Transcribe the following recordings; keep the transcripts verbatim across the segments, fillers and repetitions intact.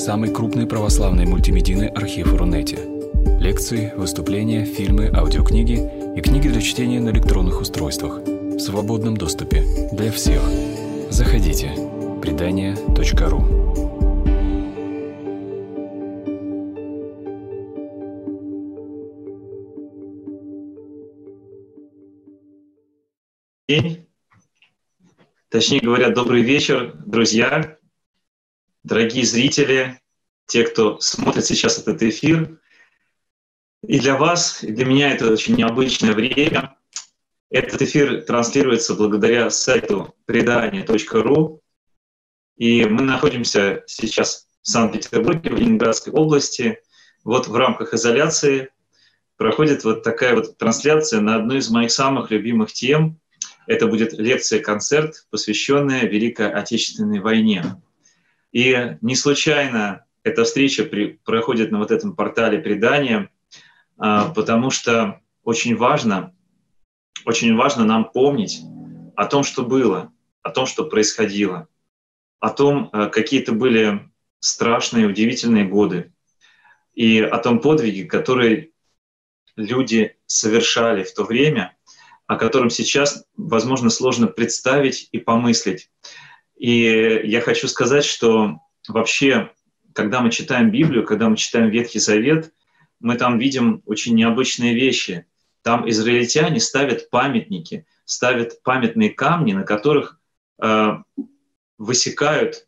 самый крупный православный мультимедийный архив Рунете. Лекции, выступления, фильмы, аудиокниги и книги для чтения на электронных устройствах в свободном доступе для всех. Заходите. предания точка ру. День, точнее говоря, добрый вечер, друзья, дорогие зрители, те, кто смотрит сейчас этот эфир. И для вас, и для меня это очень необычное время. Этот эфир транслируется благодаря сайту предания точка ру. И мы находимся сейчас в Санкт-Петербурге, в Ленинградской области. Вот в рамках изоляции проходит вот такая вот трансляция на одну из моих самых любимых тем. Это будет лекция-концерт, посвященная Великой Отечественной войне. И не случайно эта встреча при, проходит на вот этом портале предания, а, потому что очень важно, очень важно нам помнить о том, что было, о том, что происходило, о том, какие-то были страшные, удивительные годы, и о том подвиге, который люди совершали в то время, о котором сейчас, возможно, сложно представить и помыслить. И я хочу сказать, что вообще, когда мы читаем Библию, когда мы читаем Ветхий Завет, мы там видим очень необычные вещи. Там израильтяне ставят памятники, ставят памятные камни, на которых э, высекают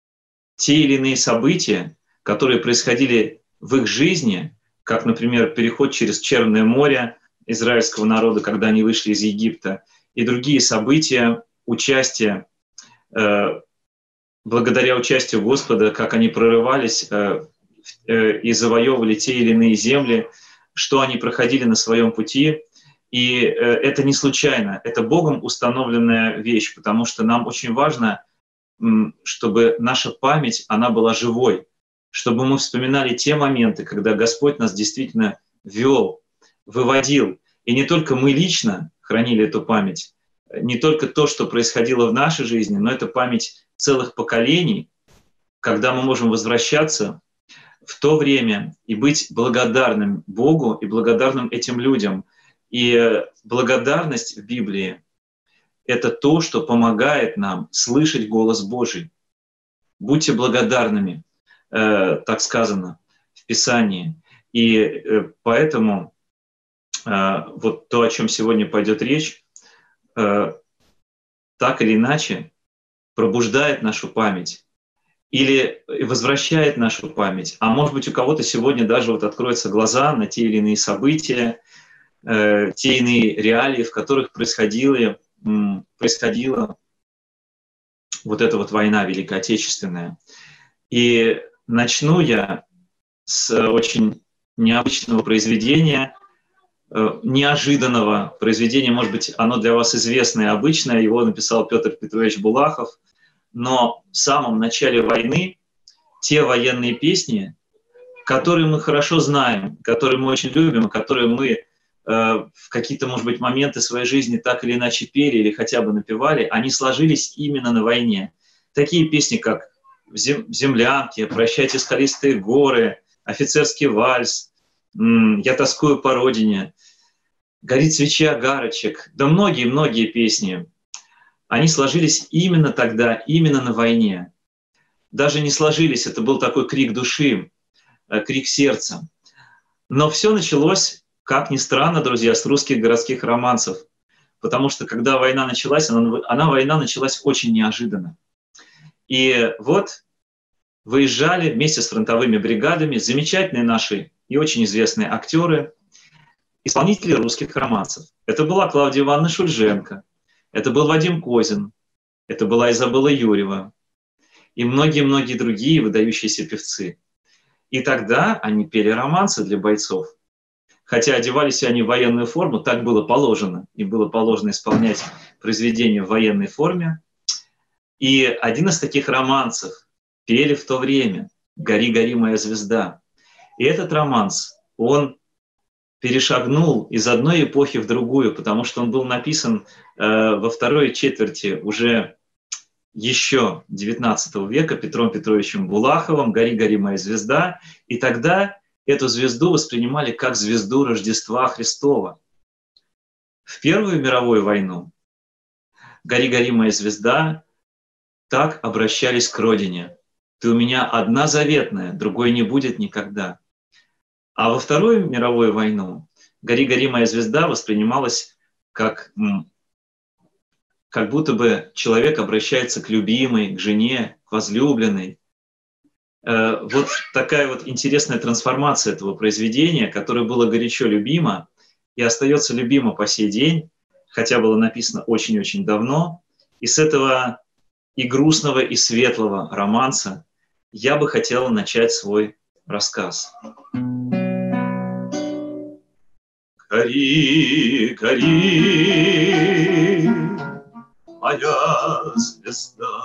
те или иные события, которые происходили в их жизни, как, например, переход через Черное море израильского народа, когда они вышли из Египта, и другие события, участие, э, благодаря участию Господа, как они прорывались э, э, и завоевывали те или иные земли, что они проходили на своем пути. И э, это не случайно, это Богом установленная вещь, потому что нам очень важно, м, чтобы наша память, она была живой, чтобы мы вспоминали те моменты, когда Господь нас действительно вел, выводил. И не только мы лично хранили эту память, не только то, что происходило в нашей жизни, но это память целых поколений, когда мы можем возвращаться в то время и быть благодарным Богу и благодарным этим людям. И благодарность в Библии — это то, что помогает нам слышать голос Божий. Будьте благодарными, э, так сказано в Писании. И э, поэтому вот то, о чем сегодня пойдет речь, так или иначе пробуждает нашу память или возвращает нашу память. А может быть, у кого-то сегодня даже вот откроются глаза на те или иные события, те иные реалии, в которых происходила, происходила вот эта вот война Великая Отечественная. И начну я с очень необычного произведения, неожиданного произведения, может быть, оно для вас известное, обычное, его написал Петр Петрович Булахов, но в самом начале войны те военные песни, которые мы хорошо знаем, которые мы очень любим, которые мы э, в какие-то, может быть, моменты своей жизни так или иначе пели или хотя бы напевали, они сложились именно на войне. Такие песни, как «Землянки», «Прощайте скалистые горы», «Офицерский вальс», «Я тоскую по родине», «Горит свеча огарочек», да многие-многие песни, они сложились именно тогда, именно на войне. Даже не сложились, это был такой крик души, крик сердца. Но все началось, как ни странно, друзья, с русских городских романсов, потому что когда война началась, она, она война началась очень неожиданно. И вот выезжали вместе с фронтовыми бригадами замечательные наши и очень известные актеры, исполнители русских романсов. Это была Клавдия Ивановна Шульженко, это был Вадим Козин, это была Изабелла Юрьева и многие-многие другие выдающиеся певцы. И тогда они пели романсы для бойцов. Хотя одевались они в военную форму, так было положено. И было положено исполнять произведения в военной форме. И один из таких романсов пели в то время «Гори, гори, моя звезда». И этот романс, он перешагнул из одной эпохи в другую, потому что он был написан э, во второй четверти уже еще девятнадцатого века Петром Петровичем Булаховым «Гори, гори, моя звезда». И тогда эту звезду воспринимали как звезду Рождества Христова. В Первую мировую войну «Гори, гори, моя звезда» так обращались к родине. «Ты у меня одна заветная, другой не будет никогда». А во Вторую мировую войну «Гори, гори, моя звезда» воспринималась как, как будто бы человек обращается к любимой, к жене, к возлюбленной. Вот такая вот интересная трансформация этого произведения, которое было горячо любимо и остается любимо по сей день, хотя было написано очень-очень давно. И с этого и грустного, и светлого романса я бы хотел начать свой рассказ. Гори, гори, моя звезда,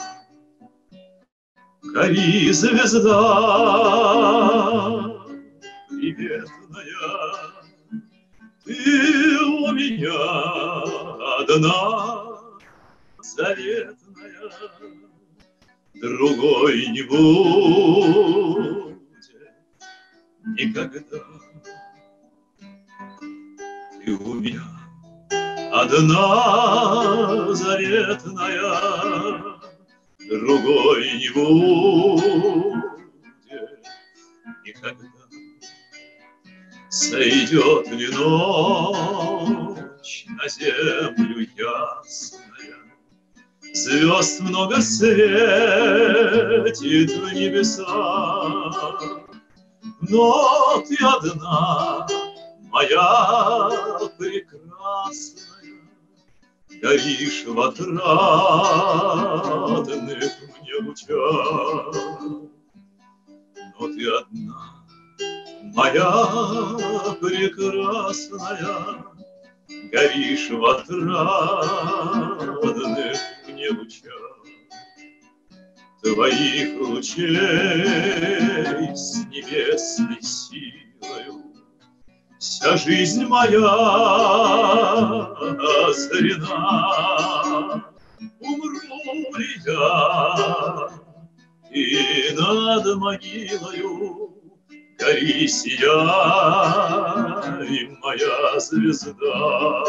гори, звезда, приветная, ты у меня одна заветная, другой не будет никогда. Ты у меня одна заветная, другой не будет никогда. Сойдет ли ночь на землю ясная, звезд много светит в небесах, но ты одна, моя прекрасная, горишь в отрадных мне лучах. Но ты одна, моя прекрасная, горишь в отрадных мне лучах. Твоих лучей с небесной силою вся жизнь моя озарена. Умру ли я, и над могилою гори, сияй, моя звезда.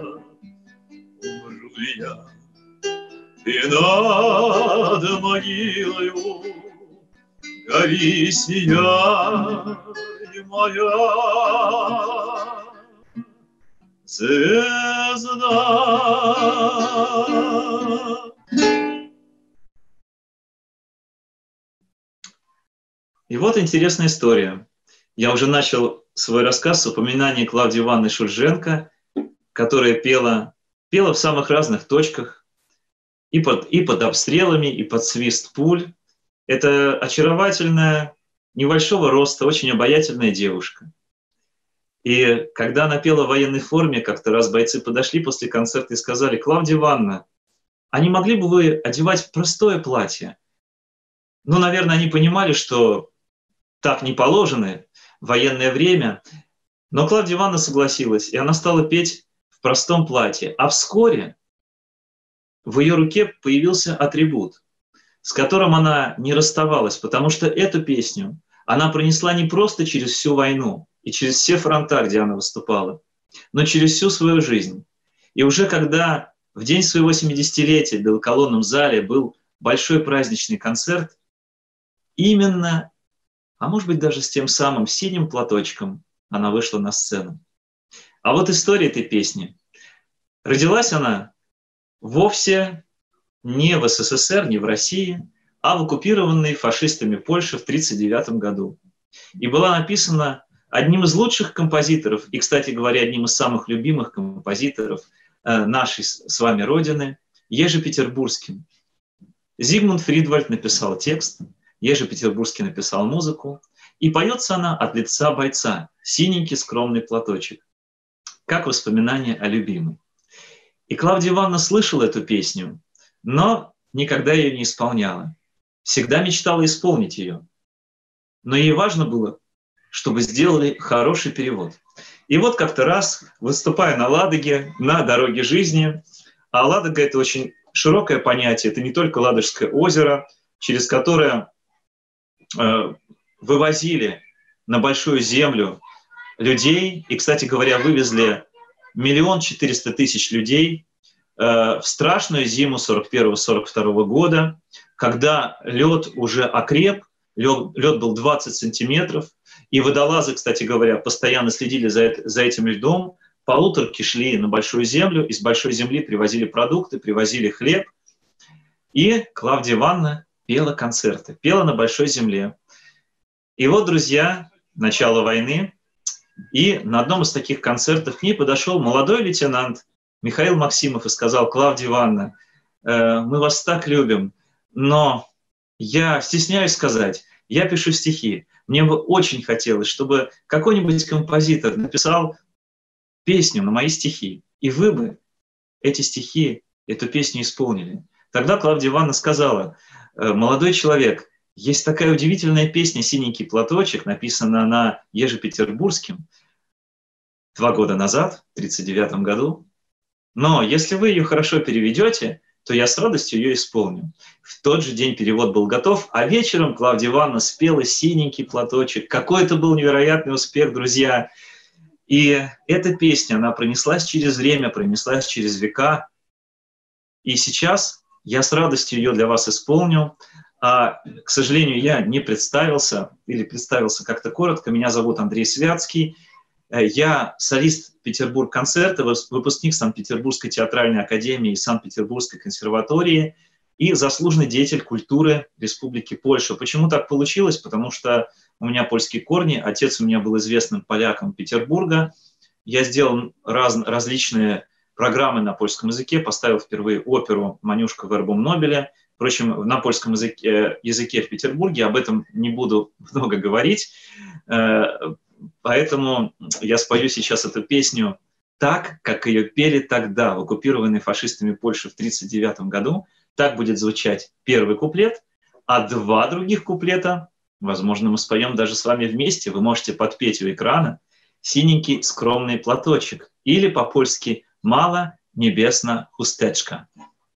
Умру ли я, и над могилою гори, сияй, моя звезда. И вот интересная история. Я уже начал свой рассказ с упоминания Клавдии Ивановны Шульженко, которая пела, пела в самых разных точках, и под, и под обстрелами, и под свист пуль. Это очаровательная, небольшого роста, очень обаятельная девушка. И когда она пела в военной форме, как-то раз бойцы подошли после концерта и сказали: «Клавдия Ивановна, а не могли бы вы одевать простое платье?» Ну, наверное, они понимали, что так не положено в военное время. Но Клавдия Ивановна согласилась, и она стала петь в простом платье. А вскоре в ее руке появился атрибут, с которым она не расставалась, потому что эту песню она пронесла не просто через всю войну и через все фронта, где она выступала, но через всю свою жизнь. И уже когда в день своего семидесятилетия в Белоколонном зале был большой праздничный концерт, именно, а может быть даже с тем самым синим платочком она вышла на сцену. А вот история этой песни. Родилась она вовсе не в СССР, не в России, а в оккупированной фашистами Польше в тысяча девятьсот тридцать девятом году. И была написана одним из лучших композиторов, и, кстати говоря, одним из самых любимых композиторов э, нашей с вами Родины, Ежи Петербургским. Зигмунд Фридвальд написал текст, Ежи Петербургский написал музыку, и поется она от лица бойца, синенький скромный платочек, как воспоминание о любимой. И Клавдия Ивановна слышала эту песню, но никогда ее не исполняла. Всегда мечтала исполнить ее. Но ей важно было, чтобы сделали хороший перевод. И вот как-то раз, выступая на Ладоге, на дороге жизни, а Ладога — это очень широкое понятие. Это не только Ладожское озеро, через которое э, вывозили на Большую Землю людей. И, кстати говоря, вывезли миллион четыреста тысяч людей э, в страшную зиму сорок первого — сорок второго года, когда лед уже окреп, лед, лед был двадцать сантиметров, и водолазы, кстати говоря, постоянно следили за, за этим льдом. Полуторки шли на Большую Землю, из Большой Земли привозили продукты, привозили хлеб. И Клавдия Ивановна пела концерты, пела на Большой Земле. И вот, друзья, начало войны, и на одном из таких концертов к ней подошел молодой лейтенант Михаил Максимов и сказал: «Клавдия Ивановна, э, мы вас так любим, но я стесняюсь сказать, я пишу стихи. Мне бы очень хотелось, чтобы какой-нибудь композитор написал песню на мои стихи, и вы бы эти стихи, эту песню исполнили». Тогда Клавдия Ивановна сказала: «Молодой человек, есть такая удивительная песня «Синенький платочек», написана она Ежи-Петербургским два года назад, в тридцать девятом году. Но если вы ее хорошо переведете, то я с радостью ее исполню». В тот же день перевод был готов, а вечером Клавдия Ивановна спела «Синенький платочек». Какой это был невероятный успех, друзья! И эта песня, она пронеслась через время, пронеслась через века. И сейчас я с радостью ее для вас исполню. А, к сожалению, я не представился, или представился как-то коротко. Меня зовут Андрей Святский. Я солист Петербург-концерта, выпускник Санкт-Петербургской театральной академии и Санкт-Петербургской консерватории и заслуженный деятель культуры Республики Польша. Почему так получилось? Потому что у меня польские корни, отец у меня был известным поляком Петербурга. Я сделал раз, различные программы на польском языке, поставил впервые оперу «Манюшка в вербом Нобеле». Впрочем, на польском языке, языке в Петербурге, об этом не буду много говорить. Поэтому я спою сейчас эту песню так, как ее пели тогда, в оккупированной фашистами Польше в тридцать девятом году. Так будет звучать первый куплет, а два других куплета, возможно, мы споем даже с вами вместе, вы можете подпеть у экрана «Синенький скромный платочек» или по-польски «Мала небесна хустeczka».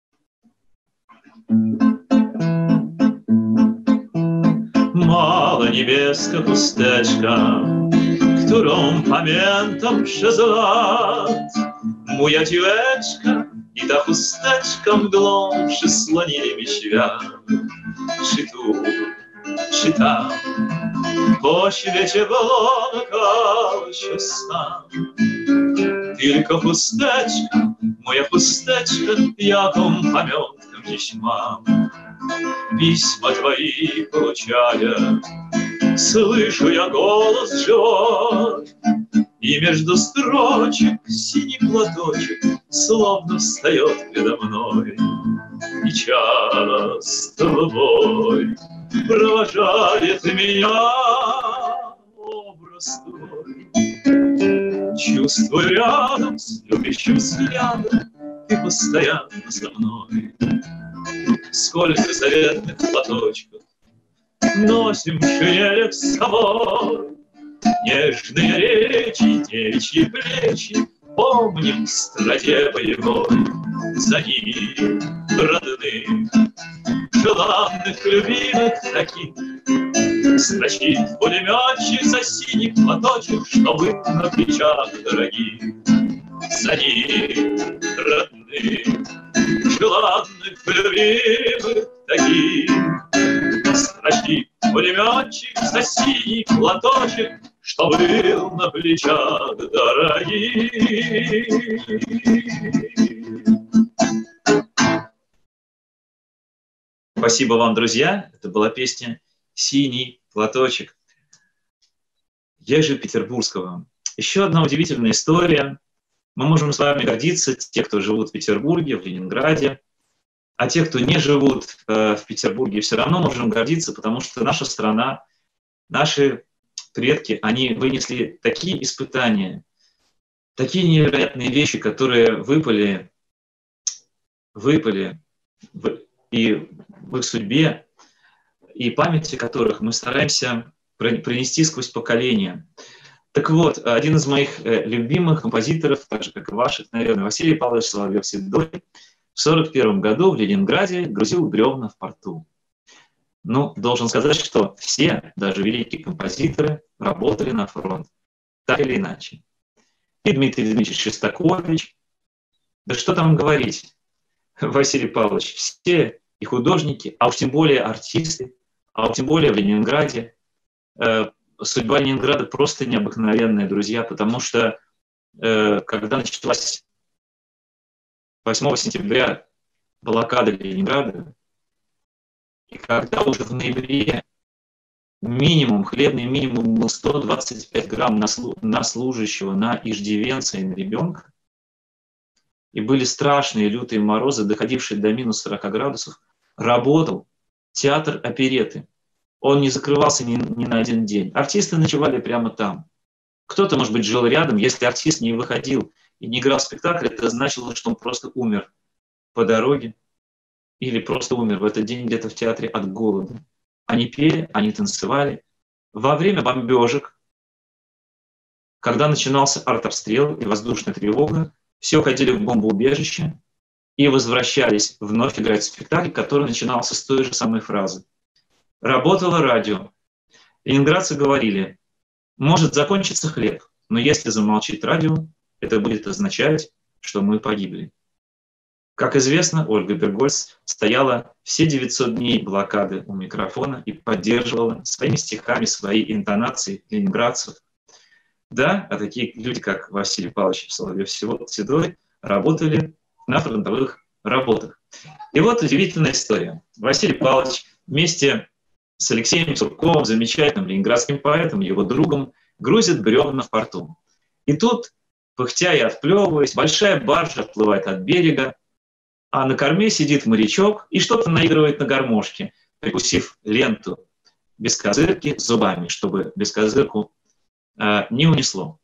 Mała niebieska chusteczka, którą pamiętam przez lat. Moja dzieweczka i ta chusteczka mglą przysłonili mi świat. Czy tu, czy tam, po świecie błąkał się sam. Tylko chusteczka, moja chusteczka, jaką pamiątkę dziś mam. Письма твои получая, слышу я голос живой, и между строчек синий платочек словно встает передо мной. И час твой провожает меня образ твой. Чувствую рядом с любящим взглядом, ты постоянно со мной. Сколько заветных платочков носим в шинелях с собой. Нежные речи, девичьи плечи помним в страде боевой. За ним родных, желанных, любимых таких строчит пулеметчик за синий платочек, что вы на плечах дорогих. За ним родных, желанных, любимых таких строчит пулеметчик за синий платочек, что был на плечах дорогих. Спасибо вам, друзья. Это была песня «Синий платочек» Ежи-Петербургского. Еще одна удивительная история. Мы можем с вами гордиться, те, кто живут в Петербурге, в Ленинграде, а те, кто не живут э, в Петербурге, все равно можем гордиться, потому что наша страна, наши предки, они вынесли такие испытания, такие невероятные вещи, которые выпали, выпали в, и в их судьбе, и памяти которых мы стараемся пронести сквозь поколения. Так вот, один из моих любимых композиторов, так же, как и ваших, наверное, Василий Павлович Соловьев-Седой, в сорок первом году в Ленинграде грузил бревна в порту. Ну, должен сказать, что все, даже великие композиторы, работали на фронт, так или иначе. И Дмитрий Дмитриевич Шостакович, да что там говорить, Василий Павлович, все и художники, а уж тем более артисты, а уж тем более в Ленинграде. Э, судьба Ленинграда просто необыкновенная, друзья, потому что э, когда началась восьмого сентября блокада Ленинграда, и когда уже в ноябре минимум, хлебный минимум был сто двадцать пять грамм на, слу, на служащего, на иждивенца и на ребенка, и были страшные лютые морозы, доходившие до минус сорока градусов, работал театр оперетты. Он не закрывался ни, ни на один день. Артисты ночевали прямо там. Кто-то, может быть, жил рядом. Если артист не выходил и не играл в спектакль, это значило, что он просто умер по дороге или просто умер в этот день где-то в театре от голода. Они пели, они танцевали. Во время бомбежек, когда начинался артобстрел и воздушная тревога, все уходили в бомбоубежище и возвращались вновь играть в спектакль, который начинался с той же самой фразы. Работало радио. Ленинградцы говорили, может закончиться хлеб, но если замолчит радио, это будет означать, что мы погибли. Как известно, Ольга Бергольц стояла все девятьсот дней блокады у микрофона и поддерживала своими стихами, свои интонации ленинградцев. Да, а такие люди, как Василий Павлович Соловьев-Седой, работали на фронтовых работах. И вот удивительная история. Василий Павлович вместе с Алексеем Сурковым, замечательным ленинградским поэтом, его другом, грузит бревна в порту. И тут, пыхтя и отплевываясь, большая баржа отплывает от берега, а на корме сидит морячок и что-то наигрывает на гармошке, прикусив ленту бескозырки зубами, чтобы бескозырку э, не унесло.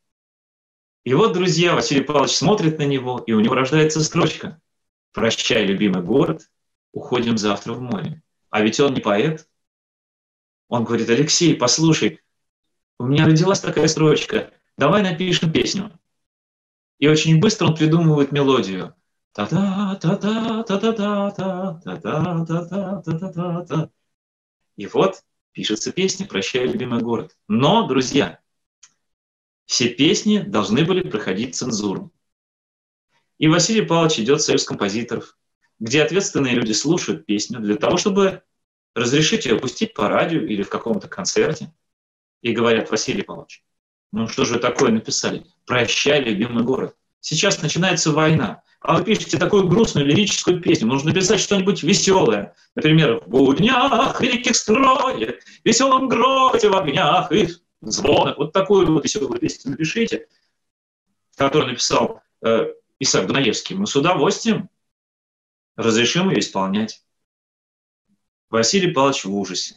И вот, друзья, Василий Павлович смотрит на него, и у него рождается строчка «Прощай, любимый город, уходим завтра в море». А ведь он не поэт. Он говорит, Алексей, послушай, у меня родилась такая строчка, давай напишем песню. И очень быстро он придумывает мелодию. Та-та-та-та-та-та-та-та-та-та-та-та-та. И вот пишется песня «Прощай, любимый город». Но, друзья, все песни должны были проходить цензуру. И Василий Павлович идет в союз композиторов, где ответственные люди слушают песню для того, чтобы разрешить ее пустить по радио или в каком-то концерте. И говорят, Василий Павлович, ну что же вы такое написали? «Прощай, любимый город». Сейчас начинается война, а вы пишете такую грустную лирическую песню. Нужно написать что-нибудь веселое. Например, в буднях великих строек, в веселом гроте в огнях и звонах. Вот такую вот веселую песню напишите, которую написал э, Исаак Дунаевский. Мы с удовольствием разрешим ее исполнять. Василий Павлович в ужасе.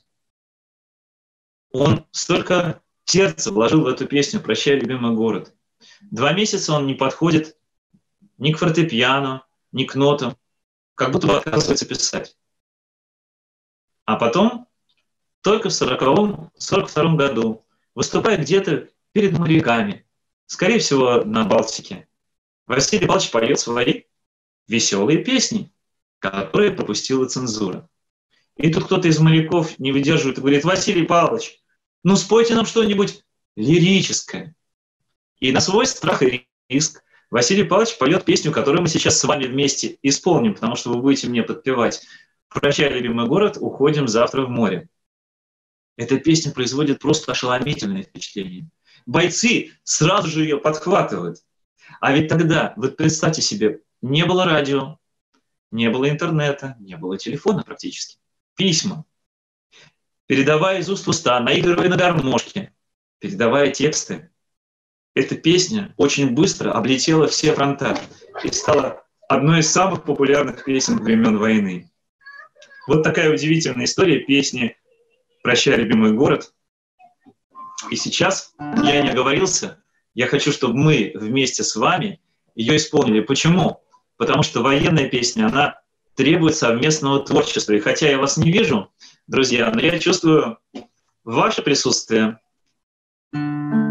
Он столько сердца вложил в эту песню «Прощай, любимый город». Два месяца он не подходит ни к фортепиано, ни к нотам, как будто бы отказывается писать. А потом, только в сороковом, сорок втором году, выступая где-то перед моряками, скорее всего, на Балтике, Василий Павлович поет свои веселые песни, которые пропустила цензура. И тут кто-то из моряков не выдерживает и говорит, Василий Павлович, ну спойте нам что-нибудь лирическое. И на свой страх и риск Василий Павлович поет песню, которую мы сейчас с вами вместе исполним, потому что вы будете мне подпевать. «Прощай, любимый город, уходим завтра в море». Эта песня производит просто ошеломительное впечатление. Бойцы сразу же ее подхватывают. А ведь тогда, вот представьте себе, не было радио, не было интернета, не было телефона практически. Письма. Передавая из уст в уста, наигрывая на гармошке, передавая тексты. Эта песня очень быстро облетела все фронта и стала одной из самых популярных песен времен войны. Вот такая удивительная история песни «Прощай, любимый город». И сейчас я не оговорился, я хочу, чтобы мы вместе с вами ее исполнили. Почему? Потому что военная песня, она требует совместного творчества. И хотя я вас не вижу, друзья, но я чувствую ваше присутствие.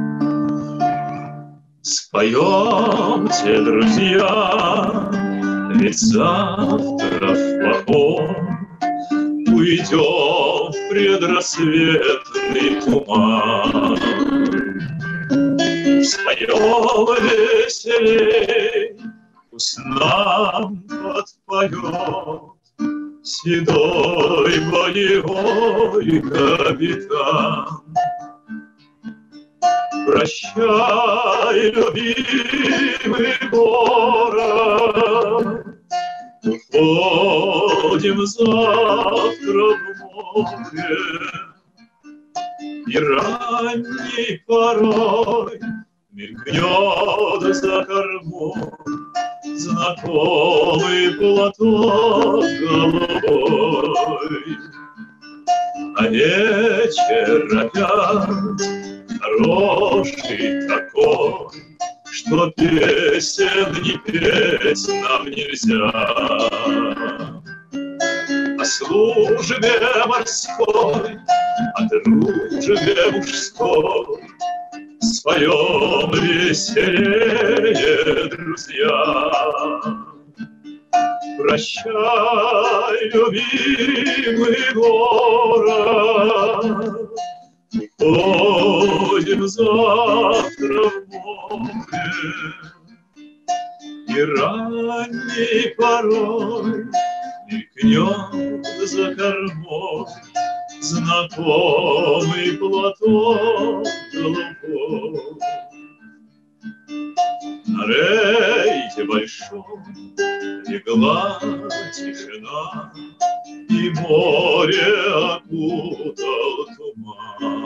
Споемте, друзья, Ведь завтра в поход уйдем в предрассветный туман. Споем веселей, пусть нам подпоет седой боевой капитан. Прощай, любимый город, уходим завтра в море, и ранней порой мелькнет за кормой знакомый платок голубой. А вечер опять хороший такой, что песен не петь нам нельзя. О службе морской, о дружбе мужской споем веселее, друзья. Прощай, любимый город, уходим завтра в море, и ранней порой мелькнет за кормой знакомый платок голубой. На рейде большом легла тишина, и море окутал туман.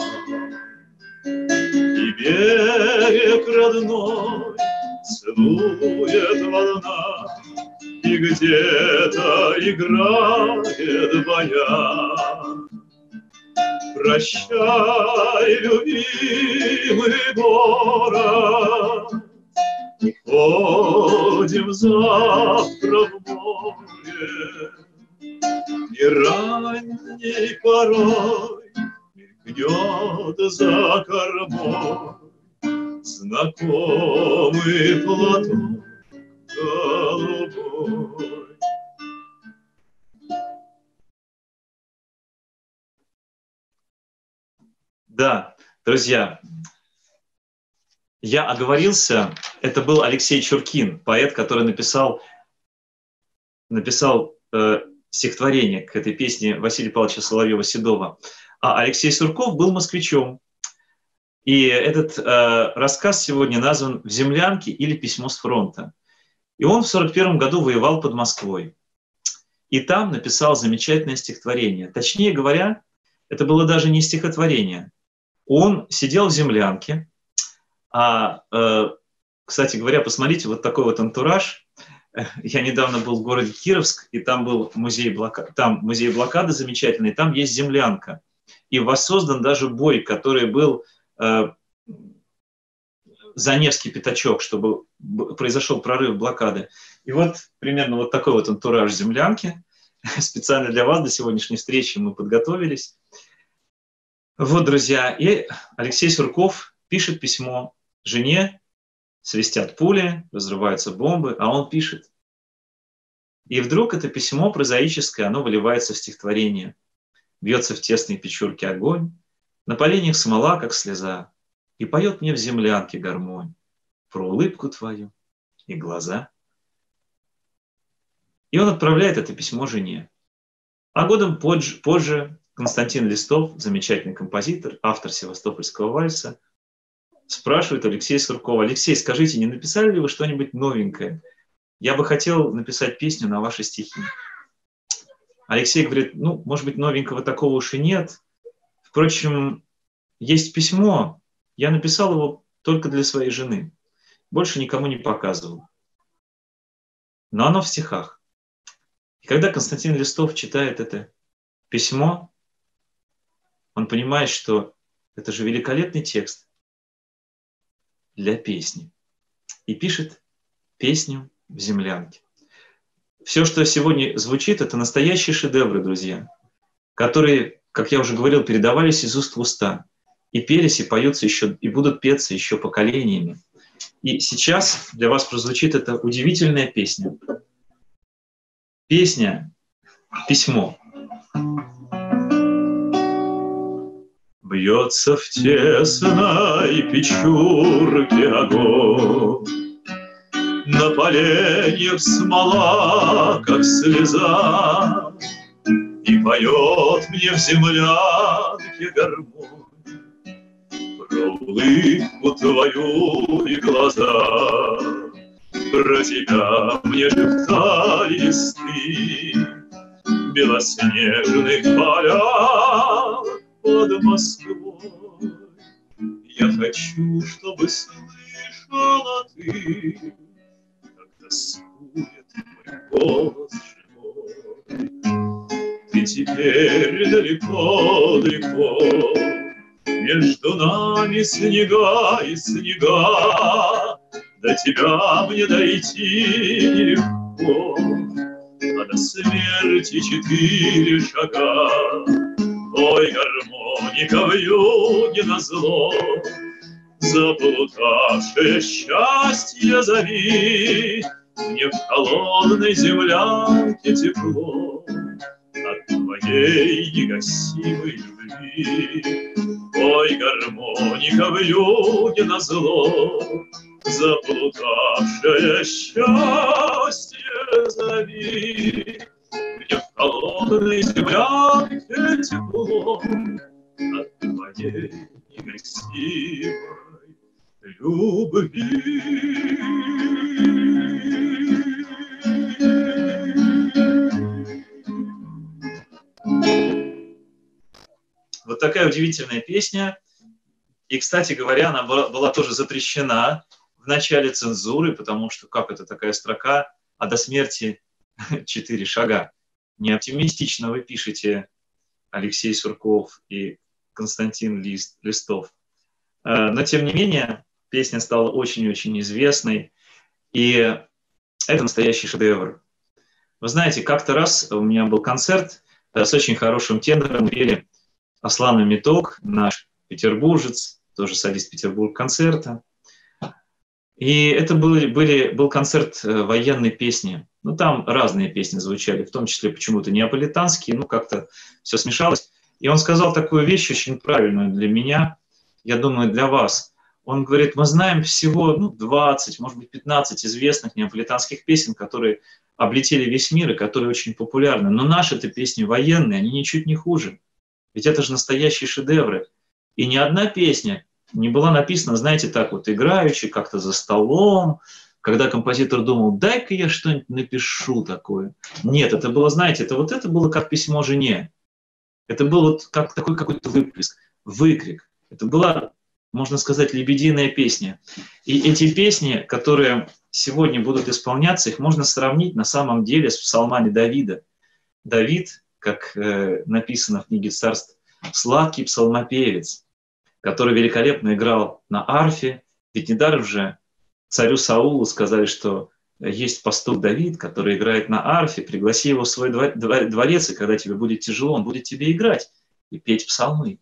И берег родной целует волна, и где-то играет баян. Прощай, любимый город, уходим завтра в море, и ранней порой мелькнет за кормой знакомый платок голубой. Да, друзья, я оговорился, это был Алексей Чуркин, поэт, который написал, написал э, стихотворение к этой песне Василия Павловича Соловьева-Седова. А Алексей Сурков был москвичом. И этот э, рассказ сегодня назван «В землянке» или «Письмо с фронта». И он в сорок первом году воевал под Москвой. И там написал замечательное стихотворение. Точнее говоря, это было даже не стихотворение. Он сидел в землянке. А, э, кстати говоря, посмотрите, вот такой вот антураж. Я недавно был в городе Кировск, и там был музей блокады, там музей блокады замечательный, там есть землянка. И воссоздан даже бой, который был э, за Невский пятачок, чтобы произошел прорыв блокады. И вот примерно вот такой вот антураж землянки. Специально для вас, до сегодняшней встречи мы подготовились. Вот, друзья, и Алексей Сурков пишет письмо жене, свистят пули, разрываются бомбы, а он пишет. И вдруг это письмо прозаическое, оно выливается в стихотворение. Бьется в тесной печурке огонь, на поленьях смола, как слеза, и поет мне в землянке гармонь про улыбку твою и глаза. И он отправляет это письмо жене. А годом позже, позже Константин Листов, замечательный композитор, автор севастопольского вальса, спрашивает Алексея Суркова: Алексей, скажите, не написали ли вы что-нибудь новенькое? Я бы хотел написать песню на ваши стихи. Алексей говорит: ну, может быть, новенького такого уж и нет. Впрочем, есть письмо, я написал его только для своей жены. Больше никому не показывал. Но оно в стихах. И когда Константин Листов читает это письмо, он понимает, что это же великолепный текст для песни. И пишет песню в землянке. Все, что сегодня звучит, это настоящие шедевры, друзья, которые, как я уже говорил, передавались из уст в уста, и пелись, и поются еще, и будут петься еще поколениями. И сейчас для вас прозвучит эта удивительная песня. песня, письмо. Бьется в тесной печурке огонь, на поленьях смола, как слеза, и поет мне в землянке гармонь про улыбку твою и глаза. Про тебя мне шептали листы белоснежных полях под Москвой. Я хочу, чтобы слышала ты, как тоскует мой голос живой. Ты теперь далеко-далеко, между нами снега и снега. До тебя мне дойти нелегко, а до смерти четыре шага. Ой, гармоника вьюге назло, заплутавшее счастье зови. Мне в холодной землянке тепло от твоей негасимой любви. Ой, гармоника вьюге назло, заплутавшее счастье зови. Мне в холодной землянке тепло от твоей негасимой любви. Вот такая удивительная песня. И, кстати говоря, она была, была тоже запрещена в начале цензуры, потому что как это такая строка, а до смерти четыре шага. Не оптимистично вы пишете, Алексей Сурков и Константин Лист, Листов. Но, тем не менее, песня стала очень-очень известной, и это настоящий шедевр. Вы знаете, как-то раз у меня был концерт с очень хорошим тенором, пели Аслан Меток, наш петербуржец, тоже солист Петербург-концерта. И это был, были, был концерт военной песни. Ну, там разные песни звучали, в том числе почему-то неаполитанские, ну, как-то все смешалось. И он сказал такую вещь очень правильную для меня, я думаю, для вас. Он говорит, мы знаем всего ну, двадцать, может быть, пятнадцать известных неаполитанских песен, которые облетели весь мир и которые очень популярны. Но наши-то песни военные, они ничуть не хуже. Ведь это же настоящие шедевры. И ни одна песня не была написана, знаете, так вот играючи, как-то за столом, когда композитор думал, дай-ка я что-нибудь напишу такое. Нет, это было, знаете, это вот это было как письмо жене. Это был вот как такой какой-то выплеск, выкрик. Это была, можно сказать, лебединая песня. И эти песни, которые сегодня будут исполняться, их можно сравнить на самом деле с псалмами Давида. Давид, как э, написано в книге Царств, сладкий псалмопевец, который великолепно играл на арфе. Ведь недаром же царю Саулу сказали, что есть пастух Давид, который играет на арфе, пригласи его в свой дворец, и когда тебе будет тяжело, он будет тебе играть и петь псалмы.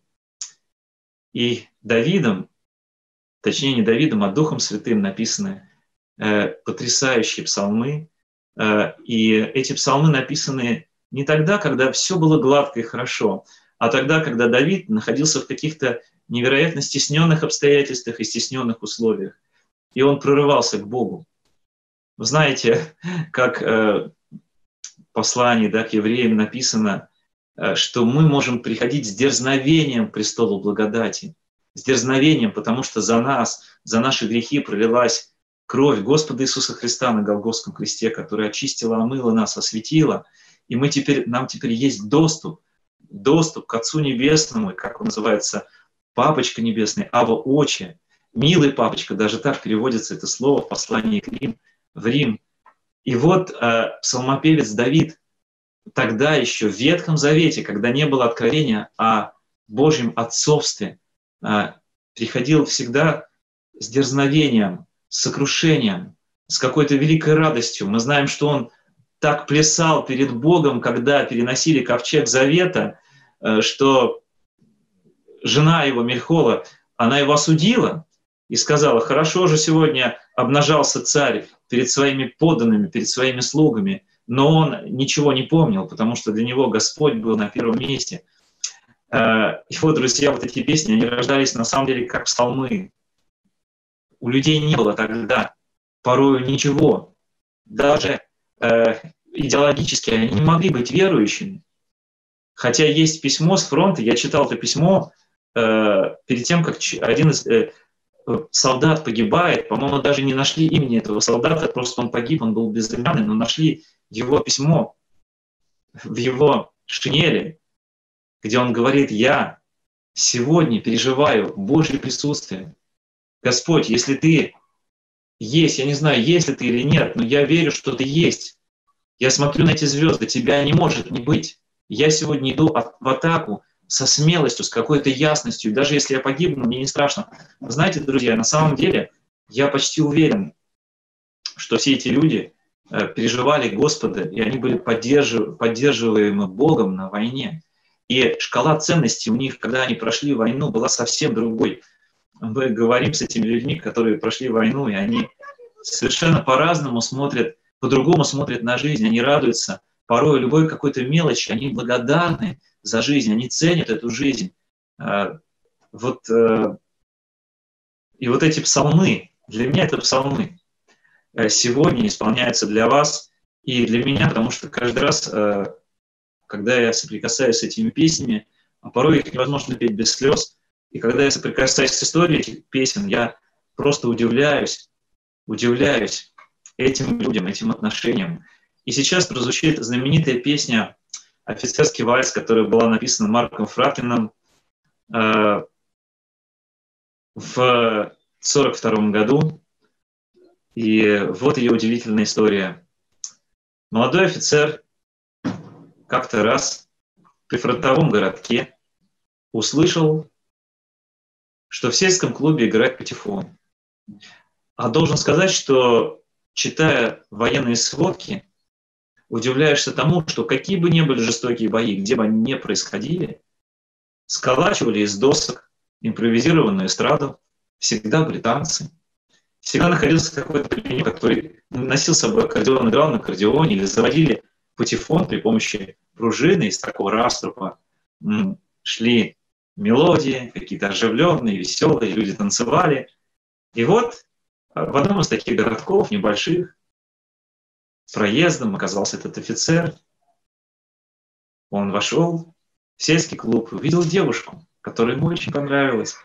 И Давидом, точнее не Давидом, а Духом Святым написаны э, потрясающие псалмы. Э, и эти псалмы написаны не тогда, когда все было гладко и хорошо, а тогда, когда Давид находился в каких-то невероятно стесненных обстоятельствах и стесненных условиях. И он прорывался к Богу. Вы знаете, как э, в послании да, к евреям написано, э, что мы можем приходить с дерзновением к престолу благодати. С дерзновением, потому что за нас, за наши грехи пролилась кровь Господа Иисуса Христа на Голгофском кресте, которая очистила, омыла нас, осветила. И мы теперь, нам теперь есть доступ, доступ к Отцу Небесному, как он называется, Папочка Небесный, Ава Отче, милый Папочка, даже так переводится это слово в послании к Рим, в Рим. И вот э, псалмопевец Давид тогда еще в Ветхом Завете, когда не было откровения о Божьем отцовстве, э, приходил всегда с дерзновением, с сокрушением, с какой-то великой радостью. Мы знаем, что он так плясал перед Богом, когда переносили ковчег Завета, э, что жена его, Мельхола, она его осудила и сказала, хорошо же сегодня обнажался царь перед своими подданными, перед своими слугами, но он ничего не помнил, потому что для него Господь был на первом месте. И вот, друзья, вот эти песни, они рождались на самом деле как псалмы. У людей не было тогда порою ничего. Даже э, идеологически они не могли быть верующими. Хотя есть письмо с фронта, я читал это письмо э, перед тем, как один из э, солдат погибает, по-моему, даже не нашли имени этого солдата, просто он погиб, он был безымянный, но нашли его письмо в его шинели, где он говорит: «Я сегодня переживаю Божье присутствие. Господь, если Ты есть, я не знаю, есть ли Ты или нет, но я верю, что Ты есть. Я смотрю на эти звезды, Тебя не может не быть. Я сегодня иду в атаку со смелостью, с какой-то ясностью. И даже если я погибну, мне не страшно». Вы знаете, друзья, на самом деле я почти уверен, что все эти люди переживали Господа, и они были поддержив... поддерживаемы Богом на войне. И шкала ценностей у них, когда они прошли войну, была совсем другой. Мы говорим с этими людьми, которые прошли войну, и они совершенно по-разному смотрят, по-другому смотрят на жизнь, они радуются порой любой какой-то мелочи, они благодарны за жизнь, они ценят эту жизнь. Вот, и вот эти псалмы, для меня это псалмы, сегодня исполняются для вас и для меня, потому что каждый раз, когда я соприкасаюсь с этими песнями, а порой их невозможно петь без слез, и когда я соприкасаюсь с историей этих песен, я просто удивляюсь, удивляюсь этим людям, этим отношениям. И сейчас прозвучит знаменитая песня «Офицерский вальс», которая была написана Марком Фраткиным э, в сорок втором году. И вот ее удивительная история. Молодой офицер как-то раз при фронтовом городке услышал, что в сельском клубе играет патефон. А должен сказать, что, читая военные сводки, удивляешься тому, что какие бы ни были жестокие бои, где бы они ни происходили, сколачивали из досок импровизированную эстраду, всегда были танцы. Всегда находился какой-то пленник, который носил с собой аккордеон, играл на аккордеоне, или заводили патефон при помощи пружины из такого раструпа. Шли мелодии, какие-то оживленные, веселые, люди танцевали. И вот в одном из таких городков небольших проездом оказался этот офицер. Он вошел в сельский клуб, увидел девушку, которая ему очень понравилась.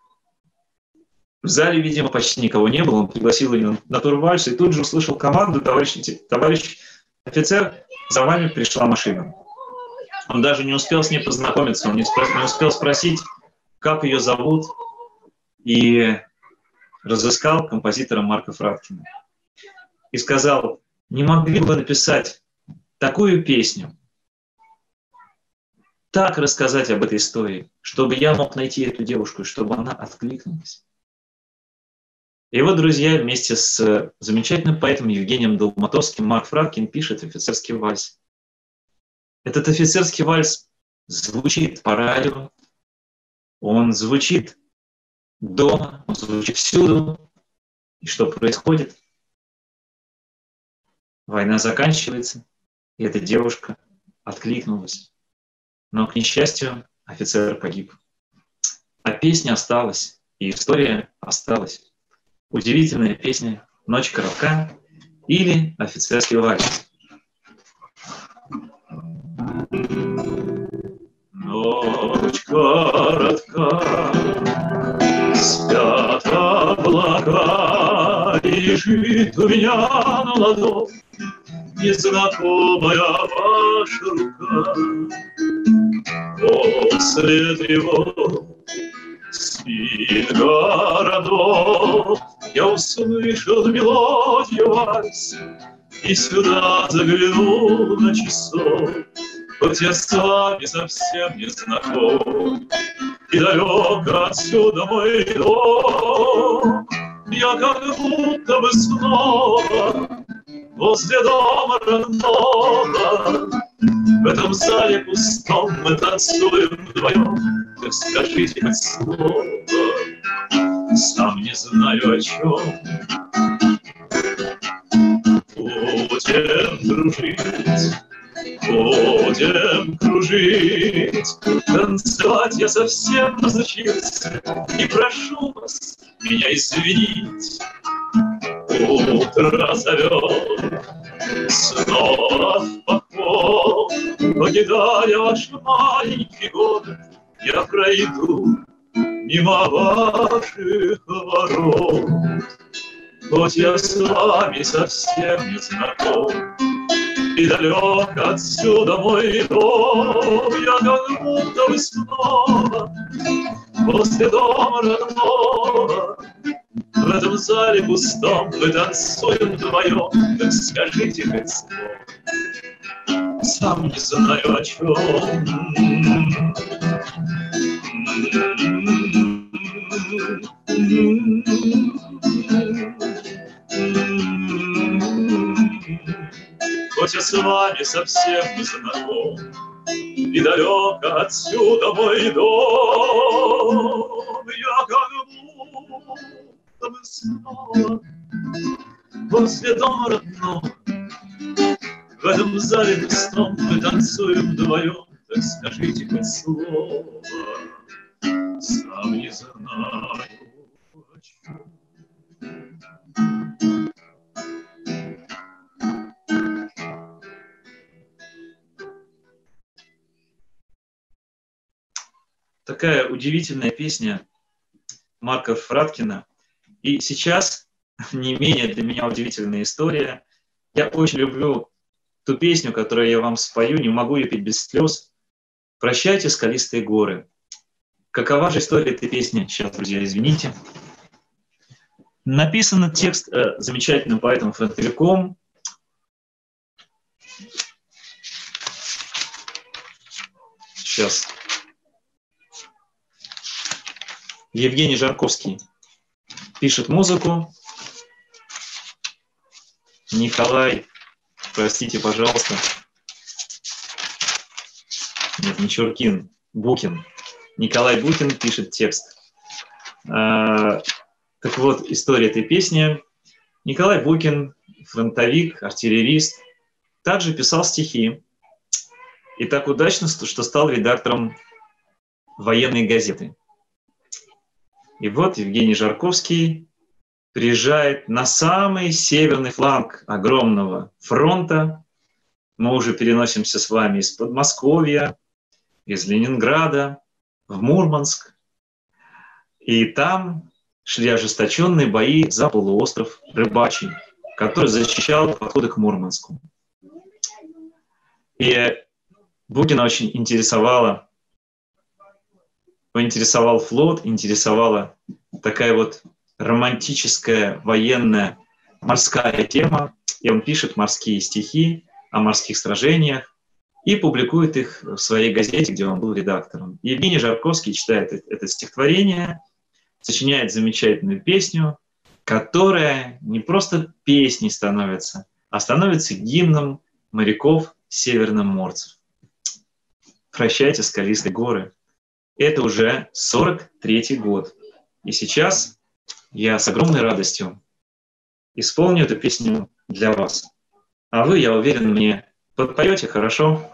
В зале, видимо, почти никого не было. Он пригласил ее на турвальс и тут же услышал команду: товарищ, товарищ офицер, за вами пришла машина. Он даже не успел с ней познакомиться, он не, спро- не успел спросить, как ее зовут, и разыскал композитора Марка Фраткина. И сказал: не могли бы вы написать такую песню, так рассказать об этой истории, чтобы я мог найти эту девушку, и чтобы она откликнулась. И вот, друзья, вместе с замечательным поэтом Евгением Долматовским Марк Фраткин пишет «Офицерский вальс». Этот офицерский вальс звучит по радио, он звучит дома, он звучит всюду. И что происходит? Война заканчивается, и эта девушка откликнулась. Но, к несчастью, офицер погиб. А песня осталась, и история осталась. Удивительная песня «Ночь коротка» или «Офицерский вальс». Ночь коротка, спят облака, лежит у меня на ладони незнакомая ваша рука. После тревог спит городок, я услышал мелодию вальс и сюда заглянул на часов. Хоть я с вами совсем не знаком, и далеко отсюда мой дом, я как будто бы снова возле дома родного. В этом зале пустом мы танцуем вдвоем. Так скажите хоть слово, сам не знаю о чем. Путь Будем дружить, будем кружить, танцевать я совсем разучился, и прошу вас меня извинить. Утро зовет снова в поход, покидая ваш маленький город, я пройду мимо ваших ворот. Хоть я с вами совсем не знаком, и далек отсюда мой дом, я как будто бы снова возле дома родного. В этом зале пустом мы танцуем вдвоем, так скажите хоть слово, сам не знаю о чем. Хоть я с вами совсем не знаком, и далек отсюда мой дом, я как будто бы снова возле дома родного. В этом зале пустом мы танцуем вдвоем, так скажите хоть слово, сам не знаю о чем. Такая удивительная песня Марка Фраткина. И сейчас не менее для меня удивительная история. Я очень люблю ту песню, которую я вам спою, не могу ее петь без слез. «Прощайте, скалистые горы». Какова же история этой песни? Сейчас, друзья, извините. Написан текст э, замечательным поэтом-фронтовиком. Сейчас. Евгений Жарковский пишет музыку. Николай, простите, пожалуйста. Нет, не Чуркин, Букин. Николай Букин пишет текст. А, так вот, история этой песни. Николай Букин, фронтовик, артиллерист, также писал стихи. И так удачно, что стал редактором военной газеты. И вот Евгений Жарковский приезжает на самый северный фланг огромного фронта. Мы уже переносимся с вами из Подмосковья, из Ленинграда в Мурманск. И там шли ожесточенные бои за полуостров Рыбачий, который защищал подходы к Мурманску. И Букина очень интересовало интересовал флот, интересовала такая вот романтическая, военная, морская тема. И он пишет морские стихи о морских сражениях и публикует их в своей газете, где он был редактором. И Евгений Жарковский читает это стихотворение, сочиняет замечательную песню, которая не просто песней становится, а становится гимном моряков-северноморцев. «Прощайте, скалистые горы». Это уже сорок третий год. И сейчас я с огромной радостью исполню эту песню для вас. А вы, я уверен, мне подпоете хорошо?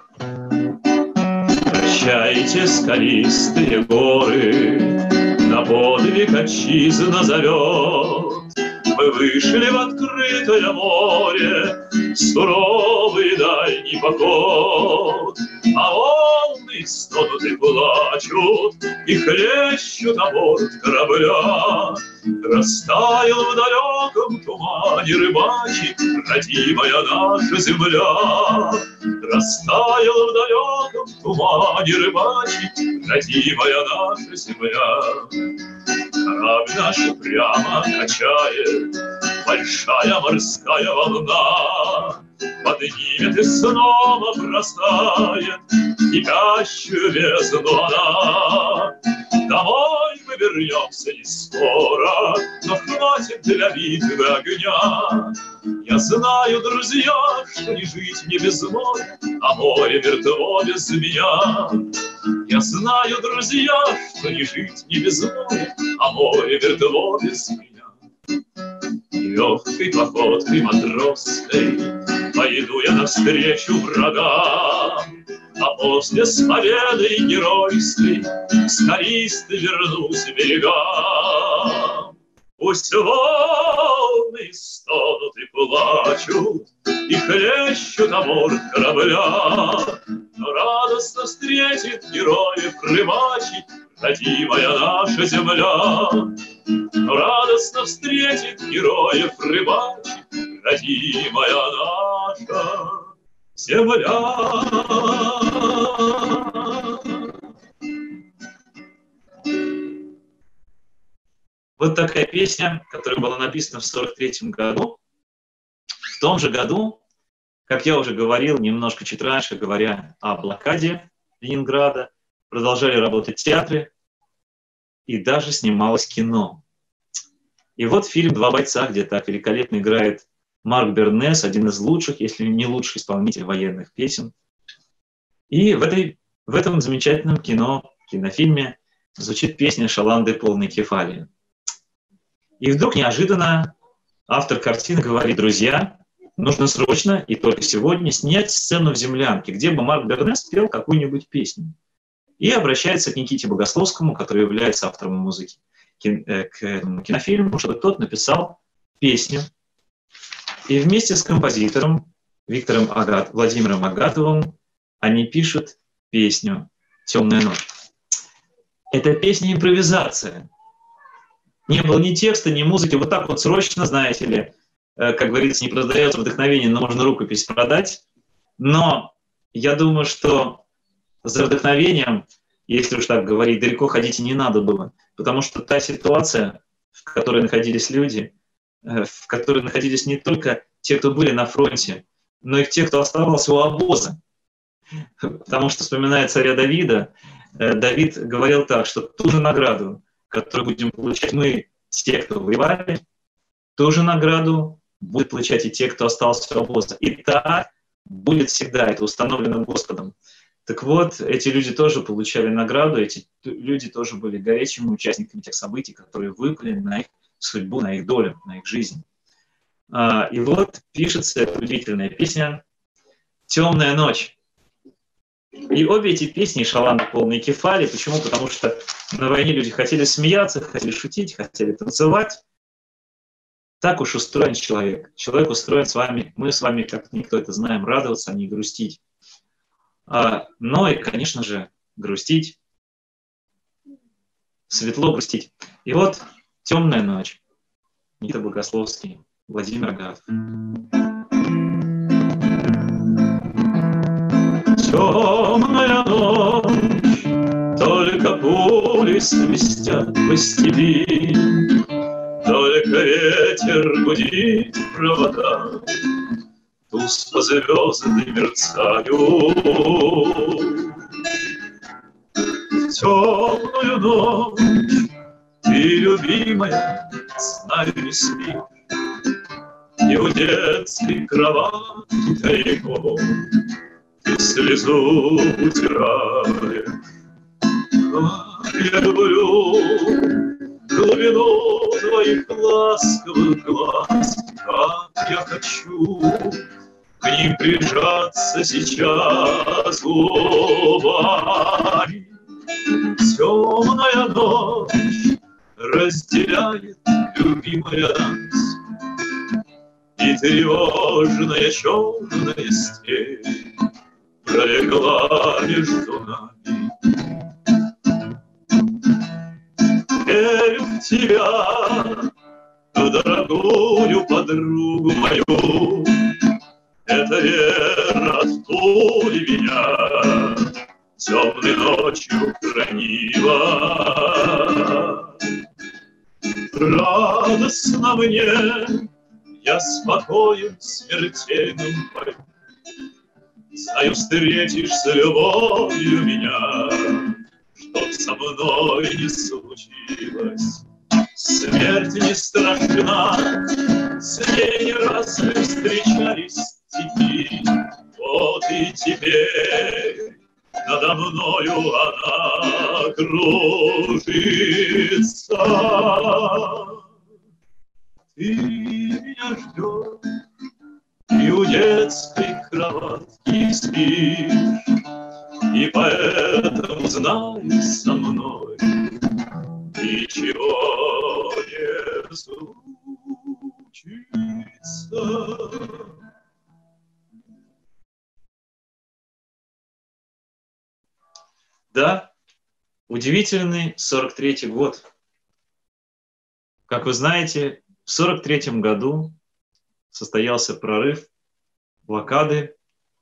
Прощайте, скалистые горы, на подвиг отчизна зовет. Мы вышли в открытое море, суровый дальний поход, а волны стонут и плачут, и хлещут о борт корабля. Растаял в далеком тумане рыбачий родимая наша земля. Растаял в далеком тумане рыбачий родимая наша земля. Корабль наш прямо качает большая морская волна, поднимет и снова бросает кипящую бездну она. Домой мы вернемся не скоро, но хватит для битвы огня. Я знаю, друзья, что не жить мне без моря, а море мертво без меня. Я знаю, друзья, что не жить не без моря, а море мертво без меня. Легкой походкой матросской по Пойду я навстречу врагам, а после с победой геройской скалистой вернусь к берегам. Пусть волны стонут и плачут, и хлещут о борт корабля, но радостно встретит героев рыбачить родимая наша земля. Но радостно встретит героев рыбачить родимая наша земля. Вот такая песня, которая была написана в сорок третьем году. В том же году, как я уже говорил немножко чуть раньше, говоря о блокаде Ленинграда, продолжали работать театры и даже снималось кино. И вот фильм «Два бойца», где так великолепно играет Марк Бернес, один из лучших, если не лучший исполнитель военных песен. И в, этой, в этом замечательном кино, кинофильме звучит песня «Шаланды полной кефалии». И вдруг неожиданно автор картины говорит: друзья, нужно срочно и только сегодня снять сцену в землянке, где бы Марк Бернес пел какую-нибудь песню. И обращается к Никите Богословскому, который является автором музыки к кинофильму, чтобы тот написал песню. И вместе с композитором Виктором Агат, Владимиром Агатовым они пишут песню «Темная ночь». Это песня-импровизация. Не было ни текста, ни музыки. Вот так вот срочно, знаете ли, как говорится, не продается вдохновение, но можно рукопись продать. Но я думаю, что за вдохновением, если уж так говорить, далеко ходить и не надо было. Потому что та ситуация, в которой находились люди, в которой находились не только те, кто были на фронте, но и те, кто оставался у обоза. Потому что, вспоминая царя Давида, Давид говорил так, что ту же награду, которую будем получать мы, те, кто воевали, ту же награду будут получать и те, кто остался у обоза. И так будет всегда, это установлено Господом. Так вот, эти люди тоже получали награду, эти люди тоже были горячими участниками тех событий, которые выпали на их судьбу, на их долю, на их жизнь. И вот пишется эта удивительная песня «Темная ночь». И обе эти песни «Шаланды полные кефали». Почему? Потому что на войне люди хотели смеяться, хотели шутить, хотели танцевать. Так уж устроен человек. Человек устроен с вами, мы с вами, как никто это знаем, радоваться, а не грустить. А, но и, конечно же, грустить. Светло грустить. И вот «Темная ночь». Никита Богословский, Владимир Агатов. Темная ночь, только пули свистят по степи, только ветер гудит в проводах, тускло звезды мерцают. В темную ночь ты, любимая, с нами не спишь, и у детской кровати тайком ты слезу утираешь. Я люблю глубину твоих ласковых глаз, как я хочу к ним прижаться сейчас губами. Темная ночь разделяет, любимая, нас, и тревожная черная степь пролегла между нами. Верю в тебя, в дорогую подругу мою, эта вера от пули меня темной ночью хранила. Радостно мне, я спокоен смертельным пою, знаю, встретишь с любовью меня, чтоб со мной не случилось. Смерть не страшна, с ней не раз мы встречались в степи. Вот и теперь надо мною она кружится. Ты меня ждешь, и у детской кроватки спишь, и поэтому знай со мной, ничего не случится. Да, удивительный сорок третий год. Как вы знаете, в сорок третьем году состоялся прорыв блокады,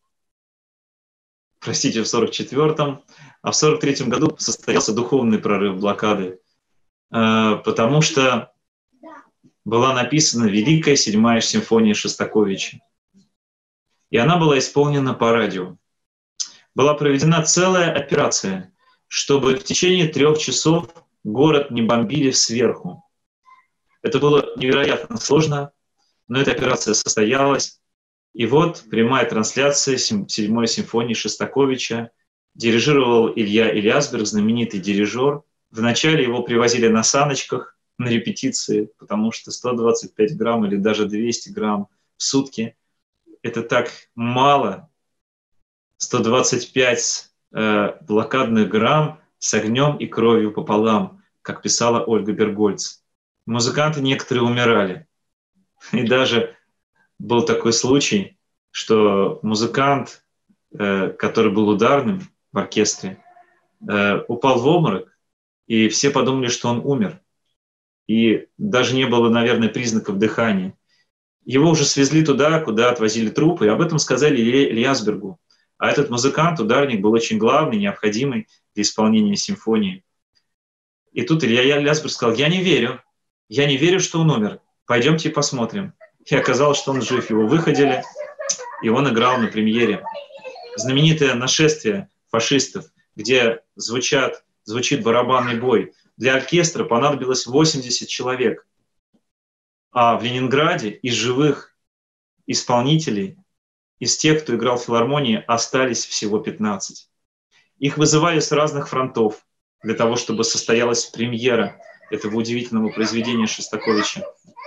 простите, в сорок четвёртом, а в сорок третьем году состоялся духовный прорыв блокады, потому что была написана Великая седьмая симфония Шостаковича. И она была исполнена по радио. Была проведена целая операция, чтобы в течение трех часов город не бомбили сверху. Это было невероятно сложно, но эта операция состоялась. И вот прямая трансляция седьмой симфонии Шостаковича. Дирижировал Илья Ильясберг, знаменитый дирижер. Вначале его привозили на саночках на репетиции, потому что сто двадцать пять грамм или даже двести грамм в сутки — это так мало. сто двадцать пять э, блокадных грамм с огнем и кровью пополам, как писала Ольга Бергольц. Музыканты некоторые умирали. И даже был такой случай, что музыкант, э, который был ударным в оркестре, э, упал в обморок, и все подумали, что он умер. И даже не было, наверное, признаков дыхания. Его уже свезли туда, куда отвозили трупы, и об этом сказали Ильясбергу. А этот музыкант, ударник, был очень главный, необходимый для исполнения симфонии. И тут Илья Ильясберг сказал: «Я не верю, я не верю, что он умер. Пойдемте посмотрим». И оказалось, что он жив. Его выходили, и он играл на премьере. Знаменитое «Нашествие фашистов», где звучат, звучит барабанный бой. Для оркестра понадобилось восемьдесят человек. А в Ленинграде из живых исполнителей, из тех, кто играл в филармонии, остались всего пятнадцать. Их вызывали с разных фронтов для того, чтобы состоялась премьера этого удивительного произведения Шостаковича.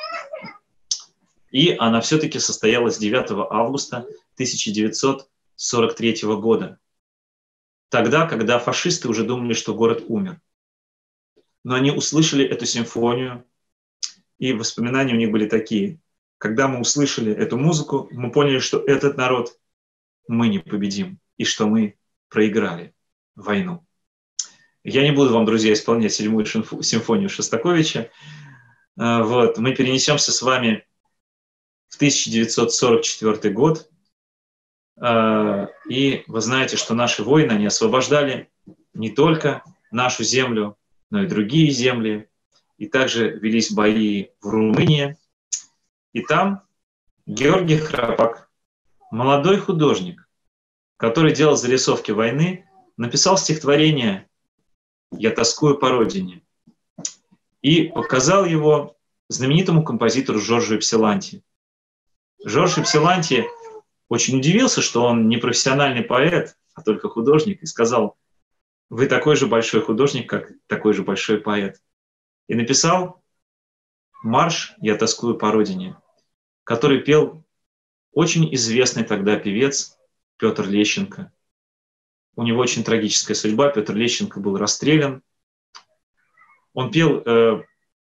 И она все-таки состоялась девятого августа тысяча девятьсот сорок третьего года. Тогда, когда фашисты уже думали, что город умер. Но они услышали эту симфонию, и воспоминания у них были такие. Когда мы услышали эту музыку, мы поняли, что этот народ мы не победим, и что мы проиграли войну. Я не буду вам, друзья, исполнять седьмую симфонию Шостаковича. Вот. Мы перенесемся с вами в тысяча девятьсот сорок четвёртый год. И вы знаете, что наши воины, они освобождали не только нашу землю, но и другие земли. И также велись бои в Румынии. И там Георгий Храпак, молодой художник, который делал зарисовки войны, написал стихотворение «Я тоскую по родине» и показал его знаменитому композитору Жоржу Ипсиланти. Жорж Ипсиланти очень удивился, что он не профессиональный поэт, а только художник, и сказал: «Вы такой же большой художник, как такой же большой поэт». И написал марш «Я тоскую по родине», который пел очень известный тогда певец Петр Лещенко. У него очень трагическая судьба. Петр Лещенко был расстрелян. Он пел э,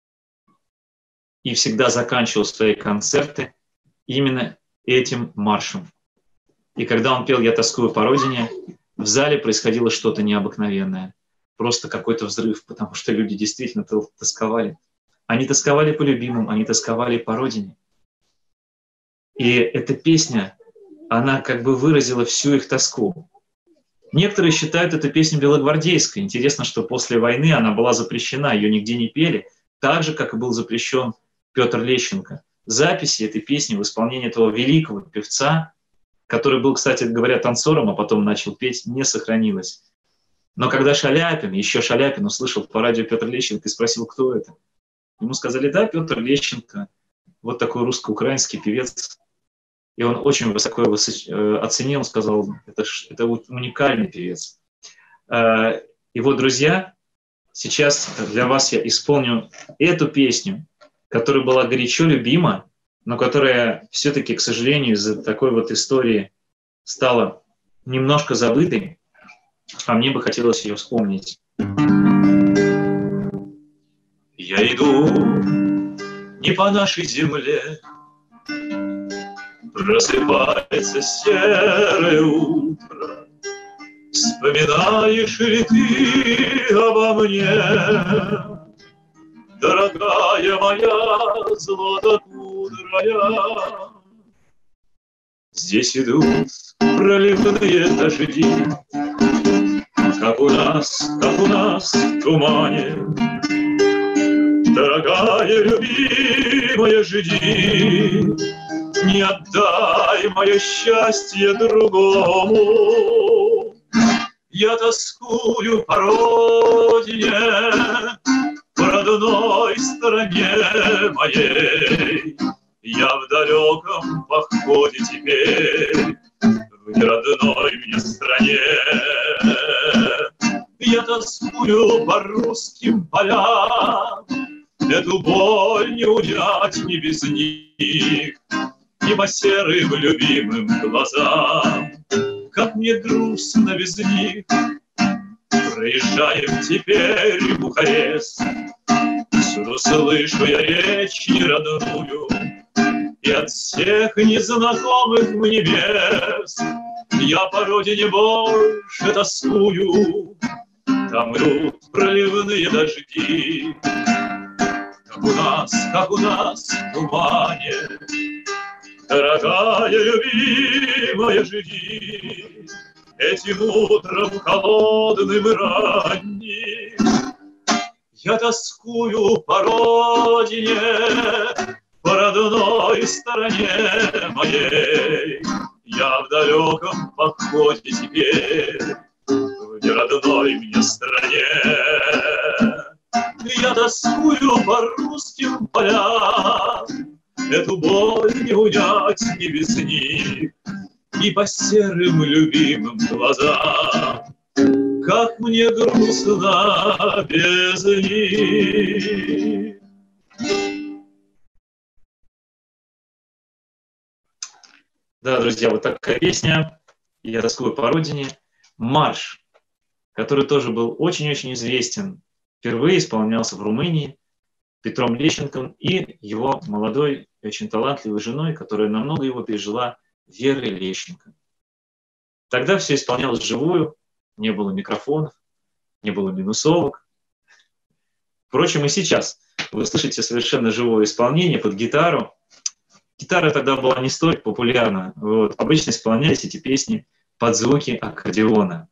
и всегда заканчивал свои концерты именно этим маршем. И когда он пел «Я тоскую по родине», в зале происходило что-то необыкновенное. Просто какой-то взрыв, потому что люди действительно тосковали. Они тосковали по любимым, они тосковали по родине. И эта песня, она как бы выразила всю их тоску. Некоторые считают эту песню белогвардейской. Интересно, что после войны она была запрещена, ее нигде не пели, так же, как и был запрещен Петр Лещенко. Записи этой песни в исполнении этого великого певца, который был, кстати говоря, танцором, а потом начал петь, не сохранилось. Но когда Шаляпин, еще Шаляпин, услышал по радио Петр Лещенко и спросил, кто это, ему сказали: да, Петр Лещенко, вот такой русско-украинский певец. И он очень высоко его оценил, сказал: это, это уникальный певец. И вот, друзья, сейчас для вас я исполню эту песню, которая была горячо любима но которая все-таки, к сожалению, из-за такой вот истории стала немножко забытой, а мне бы хотелось ее вспомнить. Я иду не по нашей земле, просыпается серое утро. Вспоминаешь ли ты обо мне, дорогая моя златокудрая? Здесь идут проливные дожди, как у нас, как у нас в тумане. Дорогая, любимая, жди, не отдай мое счастье другому. Я тоскую по родине, по родной стороне моей. Я в далеком походе теперь, в неродной мне стране. Я тоскую по русским полям, эту боль не унять ни без них, ни по серым любимым глазам. Как мне грустно без них. Проезжаем теперь Бухарест, всюду слышу я речь неродную, и от всех незнакомых мне мест я по родине больше тоскую. Там идут проливные дожди, как у нас, как у нас в тумане. Дорогая, любимая, жди, этим утром холодным и ранним я тоскую по родине, по родной стороне моей. Я в далеком походе теперь, в неродной мне стране. Я тоскую по русским полям, эту боль не унять ни без них, и по серым любимым глазам. Как мне грустно без них. Да, друзья, вот такая песня «Я тоскую по родине». Марш, который тоже был очень-очень известен, впервые исполнялся в Румынии Петром Лещенком и его молодой и очень талантливой женой, которая намного его пережила, Верой Лещенко. Тогда все исполнялось вживую, не было микрофонов, не было минусовок. Впрочем, и сейчас вы слышите совершенно живое исполнение под гитару. Гитара тогда была не столь популярна. Вот. Обычно исполнялись эти песни под звуки аккордеона.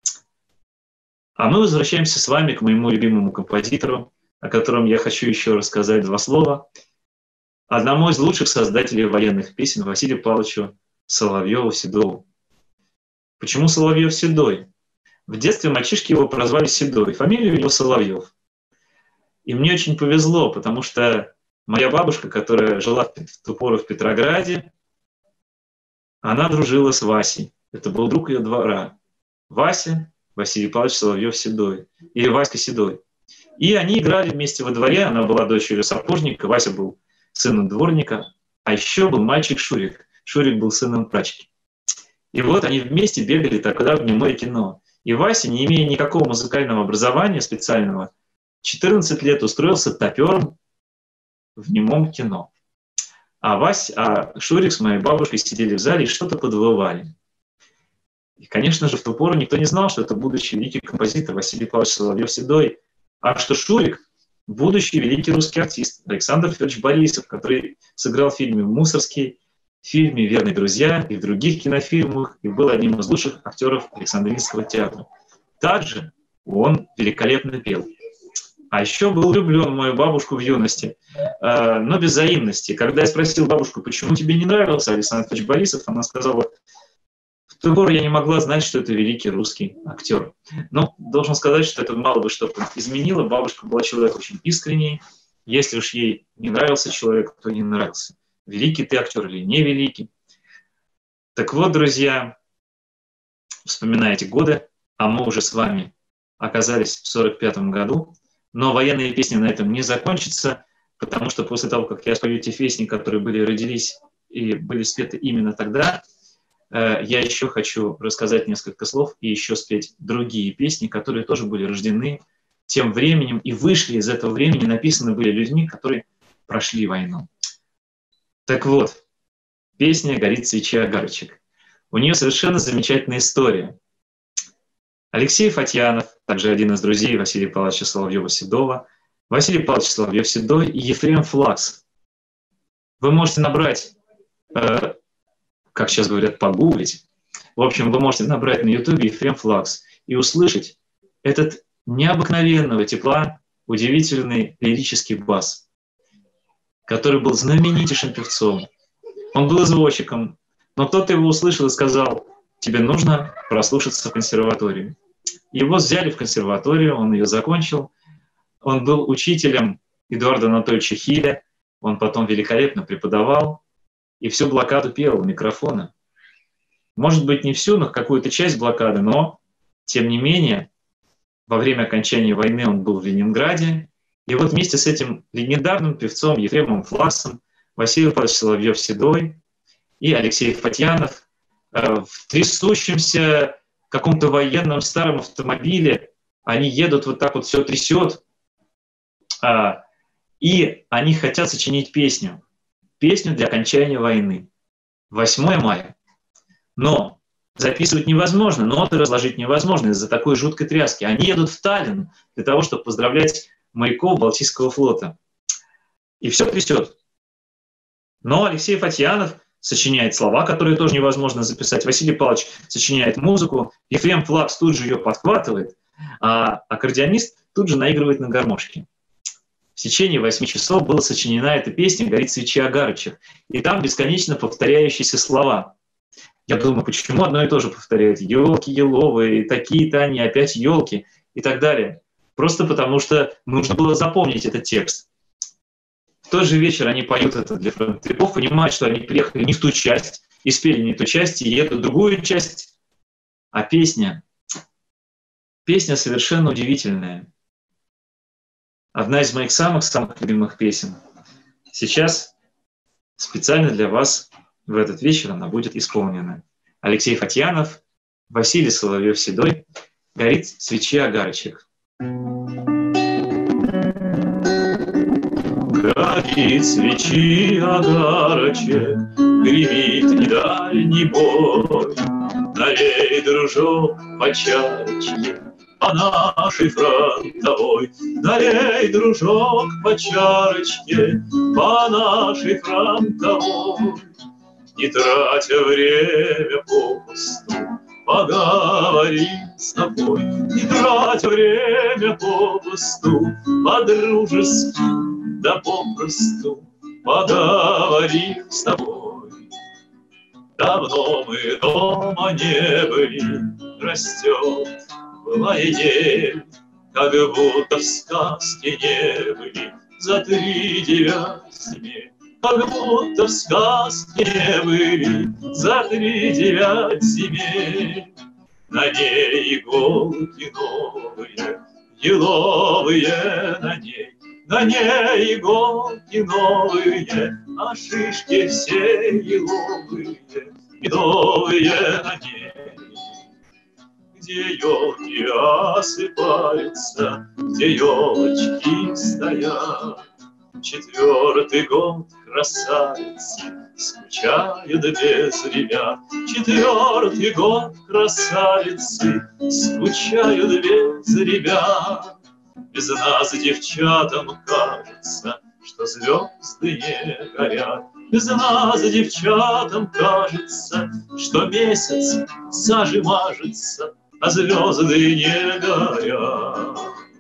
А мы возвращаемся с вами к моему любимому композитору, о котором я хочу еще рассказать два слова. Одному из лучших создателей военных песен, Василию Павловичу Соловьеву-Седову. Почему Соловьев-Седой? В детстве мальчишки его прозвали Седой, фамилия его Соловьев. И мне очень повезло, потому что моя бабушка, которая жила в ту пору в Петрограде, она дружила с Васей. Это был друг ее двора. Вася, Василий Павлович Соловьев-Седой. Или Васька Седой. И они играли вместе во дворе. Она была дочерью сапожника, Вася был сыном дворника, а еще был мальчик Шурик. Шурик был сыном прачки. И вот они вместе бегали тогда в немое кино. И Вася, не имея никакого музыкального образования специального, четырнадцать лет устроился топером в немом кино. А Вася, а Шурик с моей бабушкой сидели в зале и что-то подвывали. И, конечно же, в ту пору никто не знал, что это будущий великий композитор Василий Павлович Соловьев-Седой, а что Шурик – будущий великий русский артист Александр Федорович Борисов, который сыграл в фильме «Мусорский», в фильме «Верные друзья» и в других кинофильмах, и был одним из лучших актеров Александринского театра. Также он великолепно пел. А еще был влюблен в мою бабушку в юности, но без взаимности. Когда я спросил бабушку, почему тебе не нравился Александр Федорович Борисов, она сказала: в ту пору я не могла знать, что это великий русский актер. Но должен сказать, что это мало бы что-то изменило. Бабушка была человек очень искренний. Если уж ей не нравился человек, то не нравился. Великий ты актер или не великий. Так вот, друзья, вспоминая эти годы, а мы уже с вами оказались в сорок пятом году, но военные песни на этом не закончатся, потому что после того, как я спою те песни, которые были, родились и были спеты именно тогда, я еще хочу рассказать несколько слов и еще спеть другие песни, которые тоже были рождены тем временем и вышли из этого времени, написаны были людьми, которые прошли войну. Так вот, песня «Горит свеча огарочек». У нее совершенно замечательная история. Алексей Фатьянов, также один из друзей Василия Павловича Соловьева-Седова, Василий Павлович Соловьев-Седой и Ефрем Флакс. Вы можете набрать, э, как сейчас говорят, погуглить. В общем, вы можете набрать на ютубе Ефрем Флакс и услышать этот необыкновенного тепла, удивительный лирический бас, который был знаменитейшим певцом. Он был извозчиком, но кто-то его услышал и сказал: тебе нужно прослушаться в консерваторию. Его взяли в консерваторию, он ее закончил. Он был учителем Эдуарда Анатольевича Хиля, он потом великолепно преподавал и всю блокаду пел у микрофона. Может быть, не всю, но какую-то часть блокады, но, тем не менее, во время окончания войны он был в Ленинграде, и вот вместе с этим легендарным певцом Ефремом Флаксом, Василий Павлович Соловьев-Седой и Алексей Фатьянов в трясущемся каком-то военном старом автомобиле, они едут, вот так вот все трясет, и они хотят сочинить песню, песню для окончания войны. восьмое мая. Но записывать невозможно, ноты разложить невозможно из-за такой жуткой тряски. Они едут в Таллин для того, чтобы поздравлять моряков Балтийского флота. И все трясет. Но Алексей Фатьянов сочиняет слова, которые тоже невозможно записать. Василий Павлович сочиняет музыку, Ефрем Флакс тут же ее подхватывает, а аккордеонист тут же наигрывает на гармошке. В течение восьми часов была сочинена эта песня «Горит свеча огарочек», и там бесконечно повторяющиеся слова. Я думаю, почему одно и то же повторяют? Елки еловые, такие-то они, опять елки и так далее. Просто потому что нужно было запомнить этот текст. В тот же вечер они поют это для фронтовиков, понимают, что они приехали не в ту часть, и спели не ту часть, и едут в другую часть. А песня, песня совершенно удивительная. Одна из моих самых-самых любимых песен. Сейчас специально для вас в этот вечер она будет исполнена. Алексей Фатьянов, Василий Соловьев-Седой, «Горит свеча огарочек». Горит свечи огарочек, гремит недальний бой. Налей, дружок, по чарочке, по нашей фронтовой. Налей, дружок, по чарочке, по нашей фронтовой. Не тратя время попусту, поговори с тобой. Не тратя время попусту, по-дружески, да попросту поговори с тобой. Давно мы дома не были, растет былая ель, как будто в сказке не были за три девять земель. Как будто в сказке не были за три девять земель. На ней иголки новые, еловые на ней, на ней иголки новые, а шишки все еловые, медовые на ней. Где елки осыпаются, где елочки стоят, четвертый год красавицы скучают без ребят. Четвертый год красавицы скучают без ребят. Без нас девчатам кажется, что звезды не горят. Без нас девчатам кажется, что месяц зажимажется, а звезды не горят.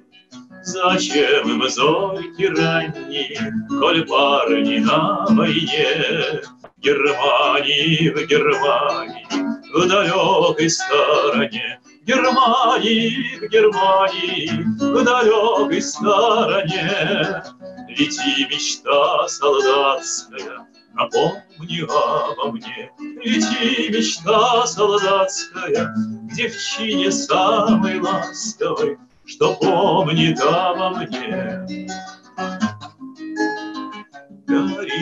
Зачем им зорьки ранние, коль парни на войне? В Германии, в Германии, в далекой стороне. В Германии, в Германии, в далекой стороне. Лети, мечта солдатская, напомни обо мне. Лети, мечта солдатская, к девчине самой ласковой, что помнит обо мне.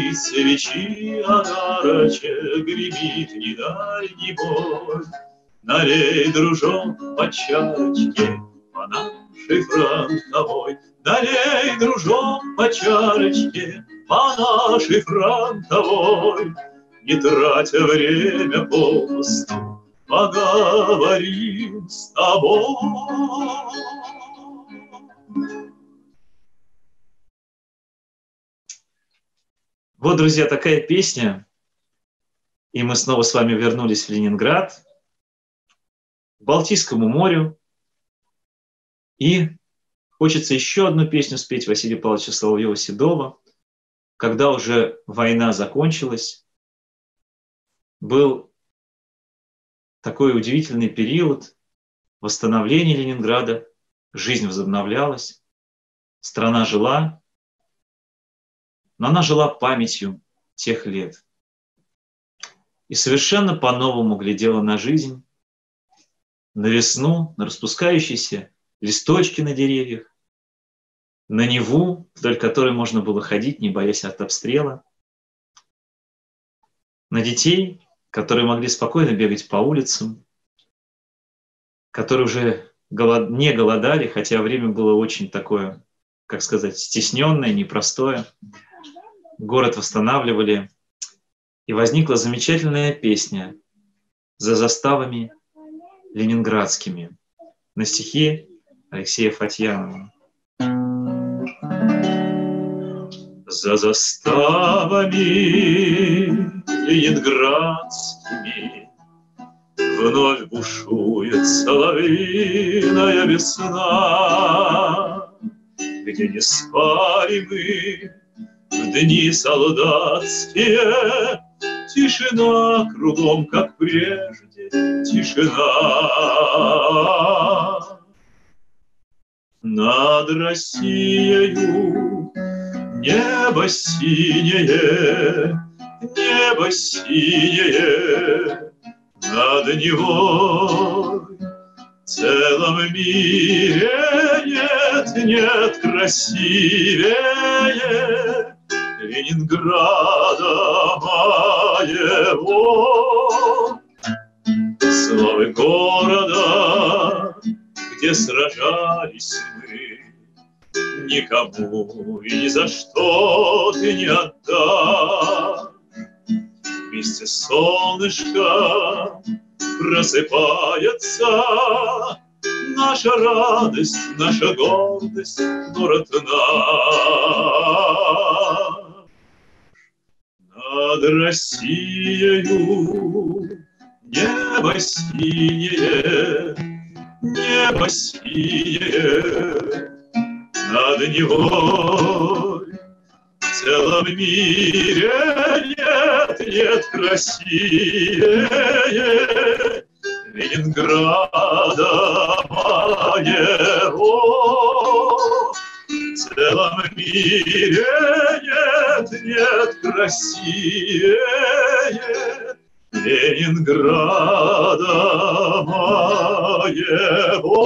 горит свечи огарочек, гремит ни даль, ни бой. Налей, дружок, по чарочке, по нашей фронтовой. Налей, дружок, по чарочке, по нашей фронтовой. Не тратя время попусту, поговорим с тобой. Вот, друзья, такая песня. И мы снова с вами вернулись в Ленинград, к Балтийскому морю. И хочется еще одну песню спеть Василия Павловича Соловьева-Седова. Когда уже война закончилась, был такой удивительный период восстановления Ленинграда, жизнь возобновлялась, страна жила, но она жила памятью тех лет. И совершенно по-новому глядела на жизнь, на весну, на распускающиеся листочки на деревьях, на Неву, вдоль которой можно было ходить, не боясь от обстрела, на детей, которые могли спокойно бегать по улицам, которые уже голод... не голодали, хотя время было очень такое, как сказать, стесненное, непростое. Город восстанавливали, и возникла замечательная песня «За заставами ленинградскими» на стихи Алексея Фатьянова. За заставами ленинградскими вновь бушует соловьиная весна, где не спали мы в дни солдатские, тишина кругом, как прежде, тишина. Над Россиею небо синее, небо синее, над Невой. В целом мире нет, нет красивее Ленинграда моего. Славы города, где сражались мы, никому и ни за что ты не отдашь. Вместе солнышко просыпается, наша радость, наша гордость, город наш. Над Россиею небо синее, небо синее, над Невой. В целом мире нет, нет красивее Ленинграда моего. В целом мире нет, нет красивее Ленинграда моего.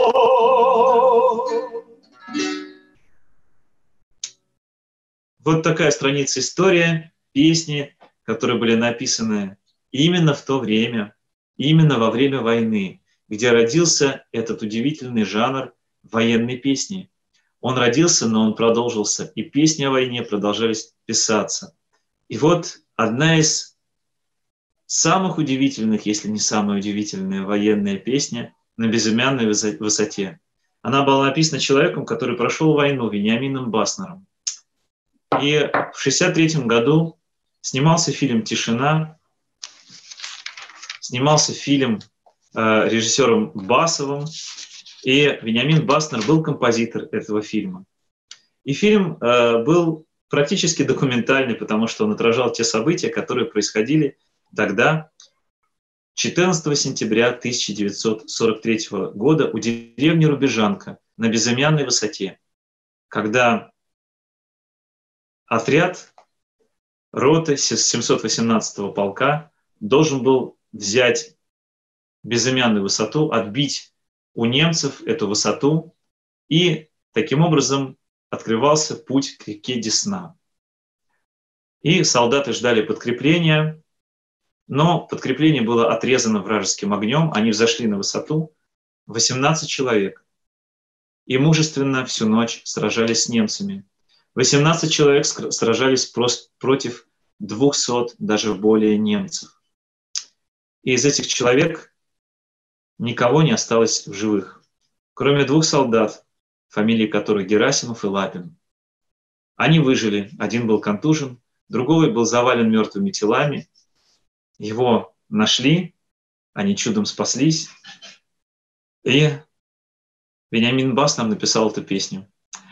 Вот такая страница истории, песни, которые были написаны именно в то время, именно во время войны, где родился этот удивительный жанр военной песни. Он родился, но он продолжился, и песни о войне продолжались писаться. И вот одна из самых удивительных, если не самая удивительная военная песня «На безымянной высоте». Она была написана человеком, который прошел войну, Вениамином Баснером. И в шестьдесят третьем году снимался фильм «Тишина», снимался фильм э, режиссером Басовым, и Вениамин Баснер был композитор этого фильма. И фильм э, был практически документальный, потому что он отражал те события, которые происходили тогда, четырнадцатого сентября тысяча девятьсот сорок третьего года, у деревни Рубежанка на безымянной высоте, когда отряд роты семьсот восемнадцатого полка должен был взять безымянную высоту, отбить у немцев эту высоту, и таким образом открывался путь к реке Десна. И солдаты ждали подкрепления, но подкрепление было отрезано вражеским огнем, они взошли на высоту, восемнадцать человек, и мужественно всю ночь сражались с немцами. восемнадцать человек сражались против двухсот, даже более немцев. И из этих человек никого не осталось в живых, кроме двух солдат, фамилии которых Герасимов и Лапин. Они выжили, один был контужен, другой был завален мертвыми телами. Его нашли, они чудом спаслись. И Вениамин Бас нам написал эту песню.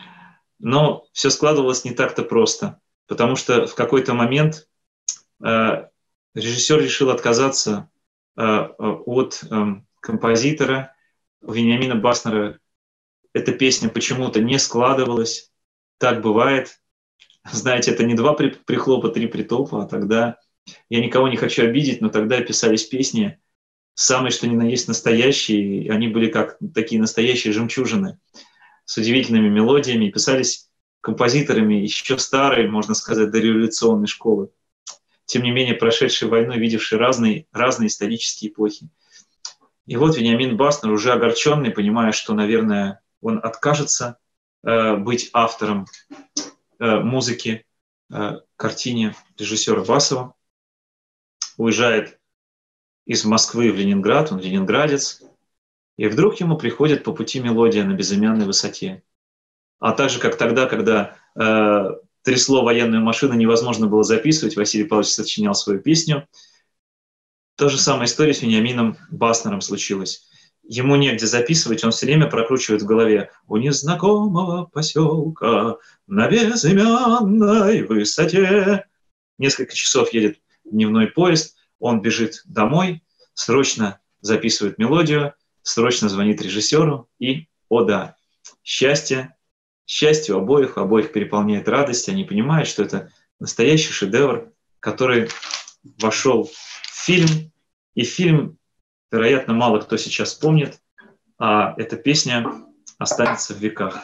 Но все складывалось не так-то просто, потому что в какой-то момент э, режиссер решил отказаться э, от э, композитора. У Вениамина Баснера эта песня почему-то не складывалась. Так бывает. Знаете, это не два прихлопа, три притопа, а тогда, я никого не хочу обидеть, но тогда писались песни, самые что ни на есть настоящие, они были как такие настоящие жемчужины с удивительными мелодиями, писались композиторами еще старой, можно сказать, дореволюционной школы, тем не менее прошедшей войну, видевшей разные, разные исторические эпохи. И вот Вениамин Баснер, уже огорченный, понимая, что, наверное, он откажется э, быть автором э, музыки э, картине режиссера Басова, уезжает из Москвы в Ленинград, он ленинградец, и вдруг ему приходит по пути мелодия на безымянной высоте. А так же, как тогда, когда э, трясло военную машину, невозможно было записывать, Василий Павлович сочинял свою песню. Та же самая история с Вениамином Баснером случилась. Ему негде записывать, он все время прокручивает в голове: «У незнакомого поселка на безымянной высоте». Несколько часов едет дневной поезд, он бежит домой, срочно записывает мелодию, срочно звонит режиссеру и, о да, счастье, счастье у обоих, у обоих переполняет радость, они понимают, что это настоящий шедевр, который вошел в фильм, и фильм, вероятно, мало кто сейчас помнит, а эта песня останется в веках.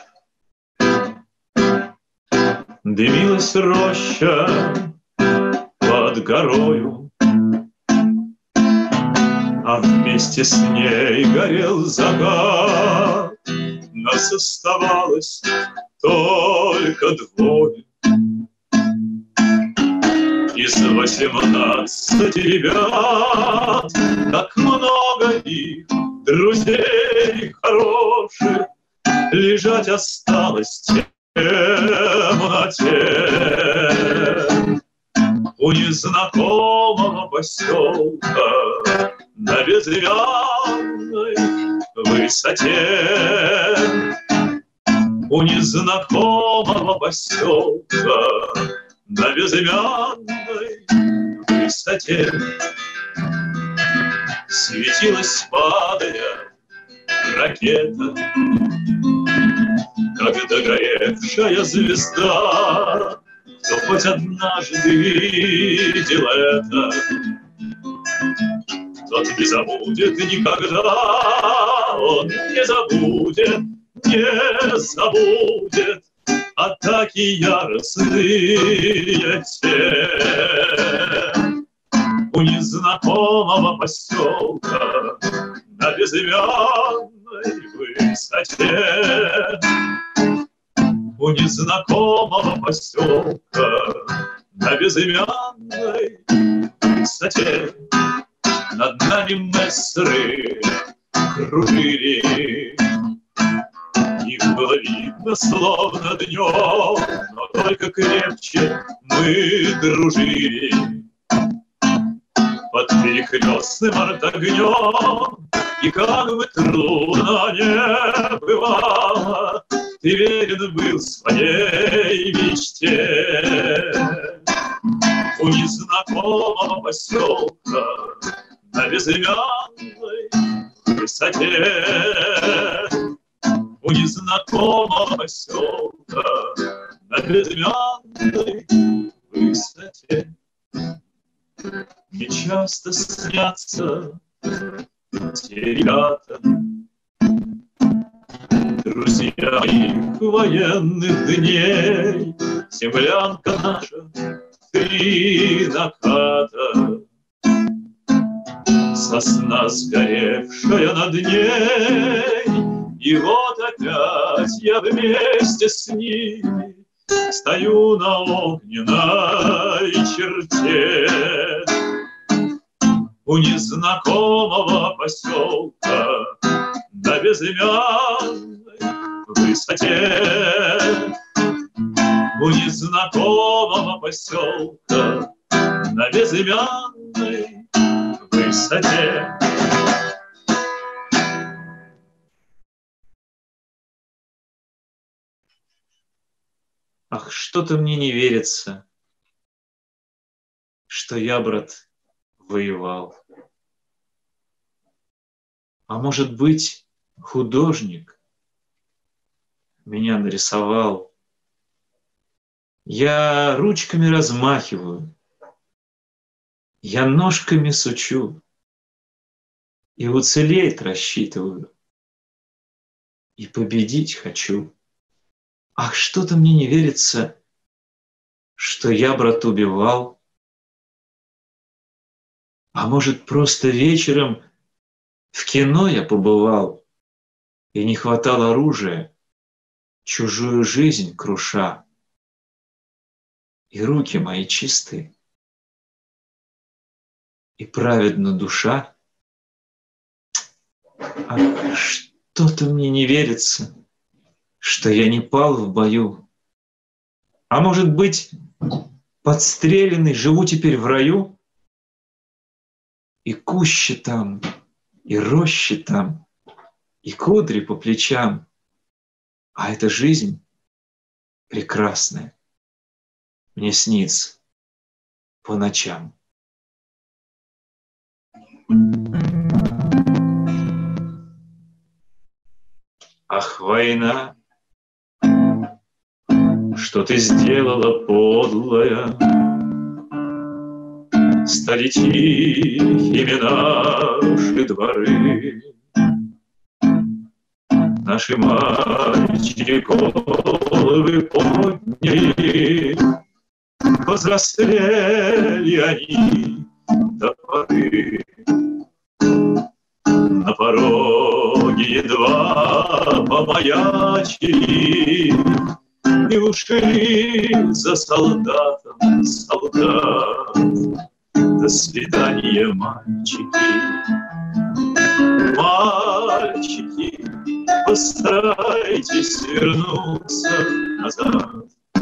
Дымилась роща под горою, а вместе с ней горел закат. Нас оставалось только двое из восемнадцати ребят. Так много их, друзей хороших, лежать осталось в темноте. У незнакомого поселка на безымянной высоте. У незнакомого поселка на безымянной высоте светилась, падая, ракета, как догоревшая звезда. Кто хоть однажды видел это, тот не забудет никогда, он не забудет, не забудет атаки яростные те. У незнакомого поселка на безымянной высоте. У незнакомого поселка на безымянной высоте. Над нами мессеры кружили, их было видно словно днем, но только крепче мы дружили. Под перекрестным артогнем, и как бы трудно не бывало, ты верен был своей мечте. У незнакомого поселка на безымянной высоте. У незнакомого поселка на безымянной высоте. Мне часто снятся те ребята, друзья моих военных дней. Землянка наша, ты вдали наката, сосна сгоревшая над ней, и вот опять я вместе с ними стою на огненной черте у незнакомого поселка на безымянной высоте. У незнакомого поселка на безымянной высоте. Ах, что-то мне не верится, что я, брат, воевал. А может быть, художник меня нарисовал. Я ручками размахиваю, я ножками сучу и уцелеть рассчитываю, и победить хочу. Ах, что-то мне не верится, что я, брат, убивал. А может, просто вечером в кино я побывал и не хватало оружия, чужую жизнь круша. И руки мои чистые, и праведна душа. Ах, что-то мне не верится, что я не пал в бою. А может быть, подстреленный живу теперь в раю? И кущи там, и рощи там, и кудри по плечам. А эта жизнь прекрасная мне снится по ночам. Ах, война, что ты сделала, подлая? Стали тихими наши дворы, наши мальчики головы подняли, возрослели они до поры. На пороге едва помаячили и ушли за солдатом солдат. До свидания, мальчики, мальчики, постарайтесь вернуться назад.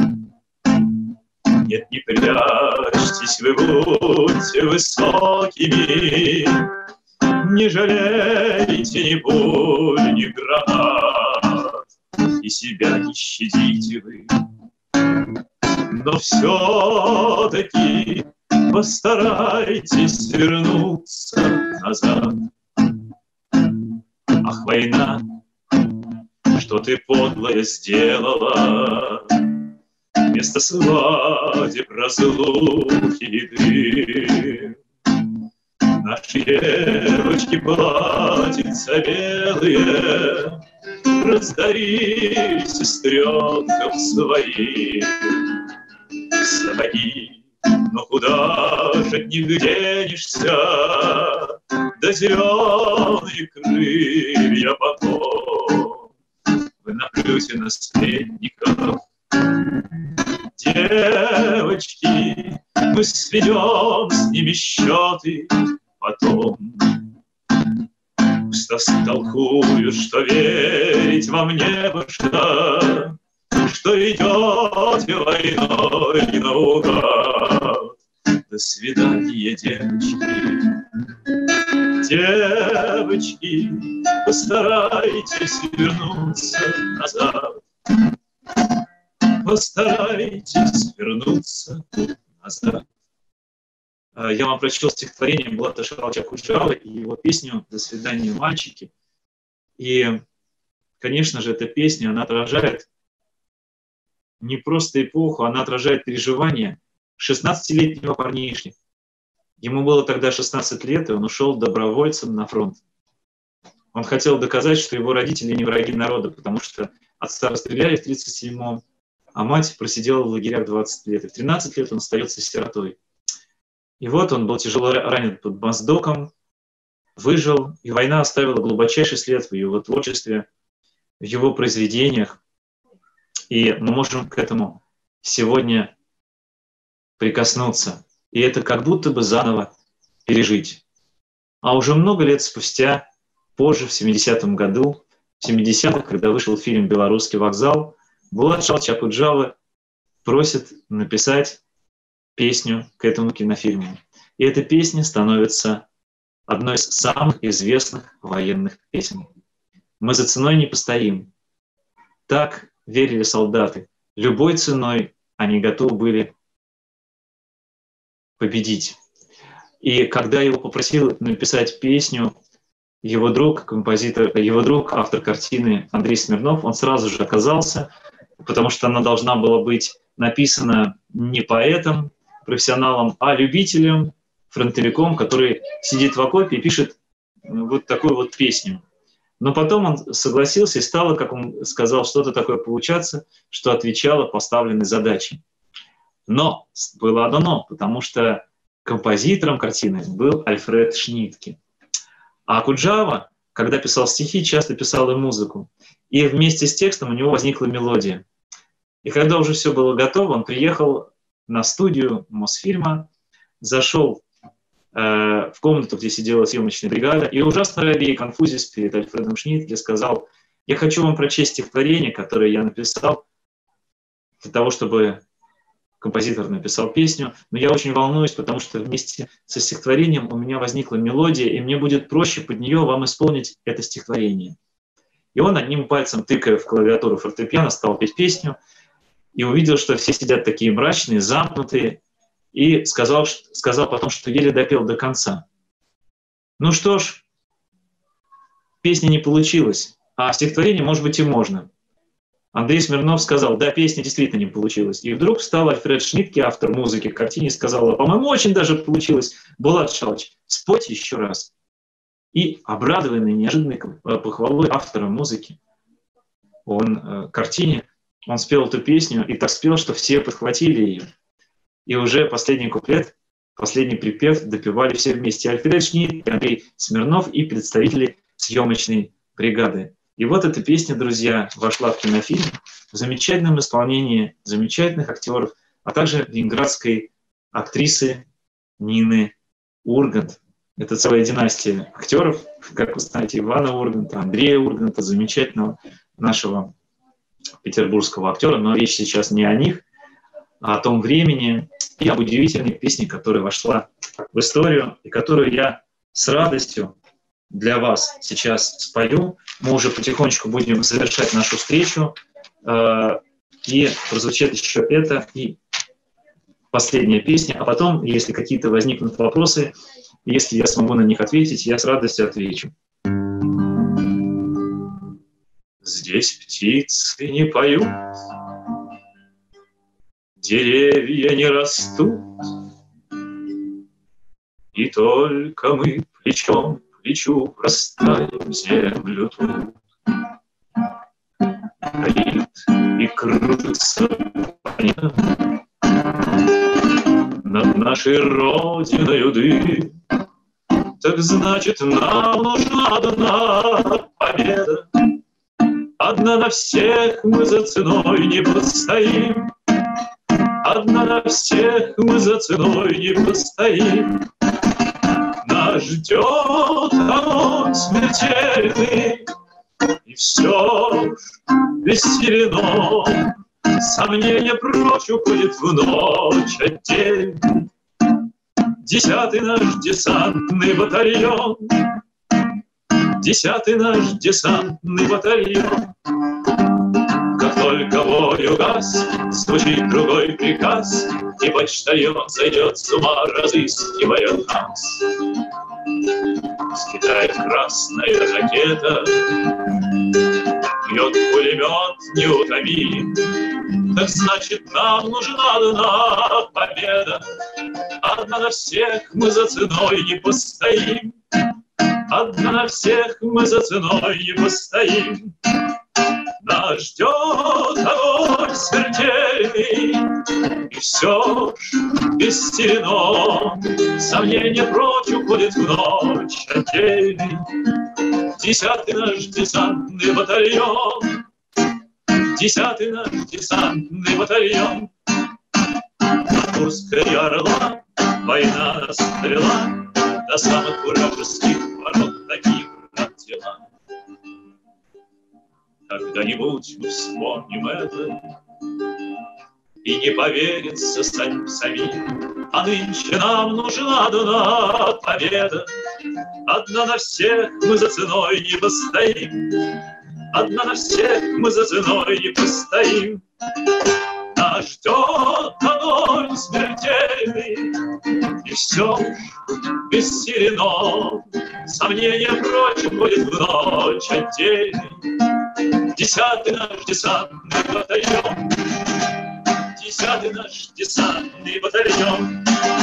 Нет, не прячьтесь, вы будьте высокими, не жалейте ни пуль, ни гранат, и себя не щадите вы. Но все-таки постарайтесь вернуться назад. Ах, война, что ты подлое сделала, вместо свадеб, разлуки и дым. Наши девочки платьица белые раздарили сестренкам своим. Сапоги, но куда же от них денешься, да зеленые крылья потом вы наплюете наследников. Девочки, мы сведем с ними счеты потом. Пусть растолкуют, что верить вам не во что, что идете войной наугад. До свидания, девочки. Девочки, постарайтесь вернуться назад. Постарайтесь вернуться назад. Я вам прочел стихотворение Булата Шалча Куджавы и его песню «До свидания, мальчики». И, конечно же, эта песня, она отражает не просто эпоху, она отражает переживания шестнадцатилетнего парнишки. Ему было тогда шестнадцать лет, и он ушел добровольцем на фронт. Он хотел доказать, что его родители не враги народа, потому что отца расстреляли в тридцать седьмом, а мать просидела в лагерях двадцать лет. И в тринадцать лет он остается сиротой. И вот он был тяжело ранен под Моздоком, выжил, и война оставила глубочайший след в его творчестве, в его произведениях. И мы можем к этому сегодня прикоснуться. И это как будто бы заново пережить. А уже много лет спустя, позже, в семидесятом году, в семидесятых, когда вышел фильм «Белорусский вокзал», Булат Шалч Акуджава просит написать песню к этому кинофильму. И эта песня становится одной из самых известных военных песен. «Мы за ценой не постоим». Так верили солдаты. Любой ценой они готовы были победить. И когда его попросил написать песню его друг, композитор, его друг, автор картины Андрей Смирнов, он сразу же оказался, потому что она должна была быть написана не поэтом, профессионалом, а любителем, фронтовиком, который сидит в окопе и пишет вот такую вот песню. Но потом он согласился, и стало, как он сказал, что-то такое получаться, что отвечало поставленной задаче. Но было одно «но», потому что композитором картины был Альфред Шнитке. А Акуджава, когда писал стихи, часто писал и музыку. И вместе с текстом у него возникла мелодия. И когда уже все было готово, он приехал на студию Мосфильма, зашел э, в комнату, где сидела съемочная бригада, и ужасно робея и конфузясь перед Альфредом Шнитке сказал: «Я хочу вам прочесть стихотворение, которое я написал для того, чтобы композитор написал песню, но я очень волнуюсь, потому что вместе со стихотворением у меня возникла мелодия, и мне будет проще под нее вам исполнить это стихотворение». И он одним пальцем, тыкая в клавиатуру фортепиано, стал петь песню, и увидел, что все сидят такие мрачные, замкнутые, и сказал, сказал потом, что еле допел до конца. Ну что ж, песня не получилась, а стихотворение, может быть, и можно. Андрей Смирнов сказал: да, песня действительно не получилась. И вдруг встал Альфред Шнитке, автор музыки к картине, и сказал: по-моему, очень даже получилось. Булат Шалч, спойте еще раз. И, обрадованный неожиданной похвалой автора музыки, он э, картине, он спел эту песню, и так спел, что все подхватили ее. И уже последний куплет, последний припев допевали все вместе: Альфред Шнитке, Андрей Смирнов и представители съемочной бригады. И вот эта песня, друзья, вошла в кинофильм в замечательном исполнении замечательных актеров, а также ленинградской актрисы Нины Ургант. Это целая династия актеров, как вы знаете, Ивана Урганта, Андрея Урганта, замечательного нашего петербургского актера. Но речь сейчас не о них, а о том времени и об удивительной песне, которая вошла в историю и которую я с радостью для вас сейчас спою. Мы уже потихонечку будем завершать нашу встречу. И прозвучит еще это и последняя песня. А потом, если какие-то возникнут вопросы, если я смогу на них ответить, я с радостью отвечу. Здесь птицы не поют, деревья не растут, и только мы плечом плечу простаем землю тут. Горит и кружится над нашей родиною дым. Так значит, нам нужна одна победа. Одна на всех мы за ценой не постоим. Одна на всех мы за ценой не постоим. Нас ждет огонь смертельный, и все ж веселено. Сомнение прочь уходит в ночь отдельно. Десятый наш десантный батальон, Десятый наш десантный батальон. Как только бой угас, звучит другой приказ, и почтальон сойдет с ума, разыскивая нас. Скидает красная ракета, бьет пулемет неутомим. Так значит, нам нужна одна победа. Одна на всех мы за ценой не постоим. Одна на всех мы за ценой не постоим. Нас ждет огонь смертельный, и все ж бессилено. Сомнение прочь уходит в ночь отдельный. Десятый наш десантный батальон, Десятый наш десантный батальон. Курская Орла война нас довела до самых вражеских ворот. Такие вот дела. Когда-нибудь мы вспомним это и не поверится самим самим. А нынче нам нужна одна победа. Одна на всех мы за ценой не постоим. Одна на всех мы за ценой не постоим. Нас ждет огонь смертельный, и все бессилено. Сомнения прочь уходит в ночь отдельный. Десятый наш десантный батальон, Десятый наш десантный батальон.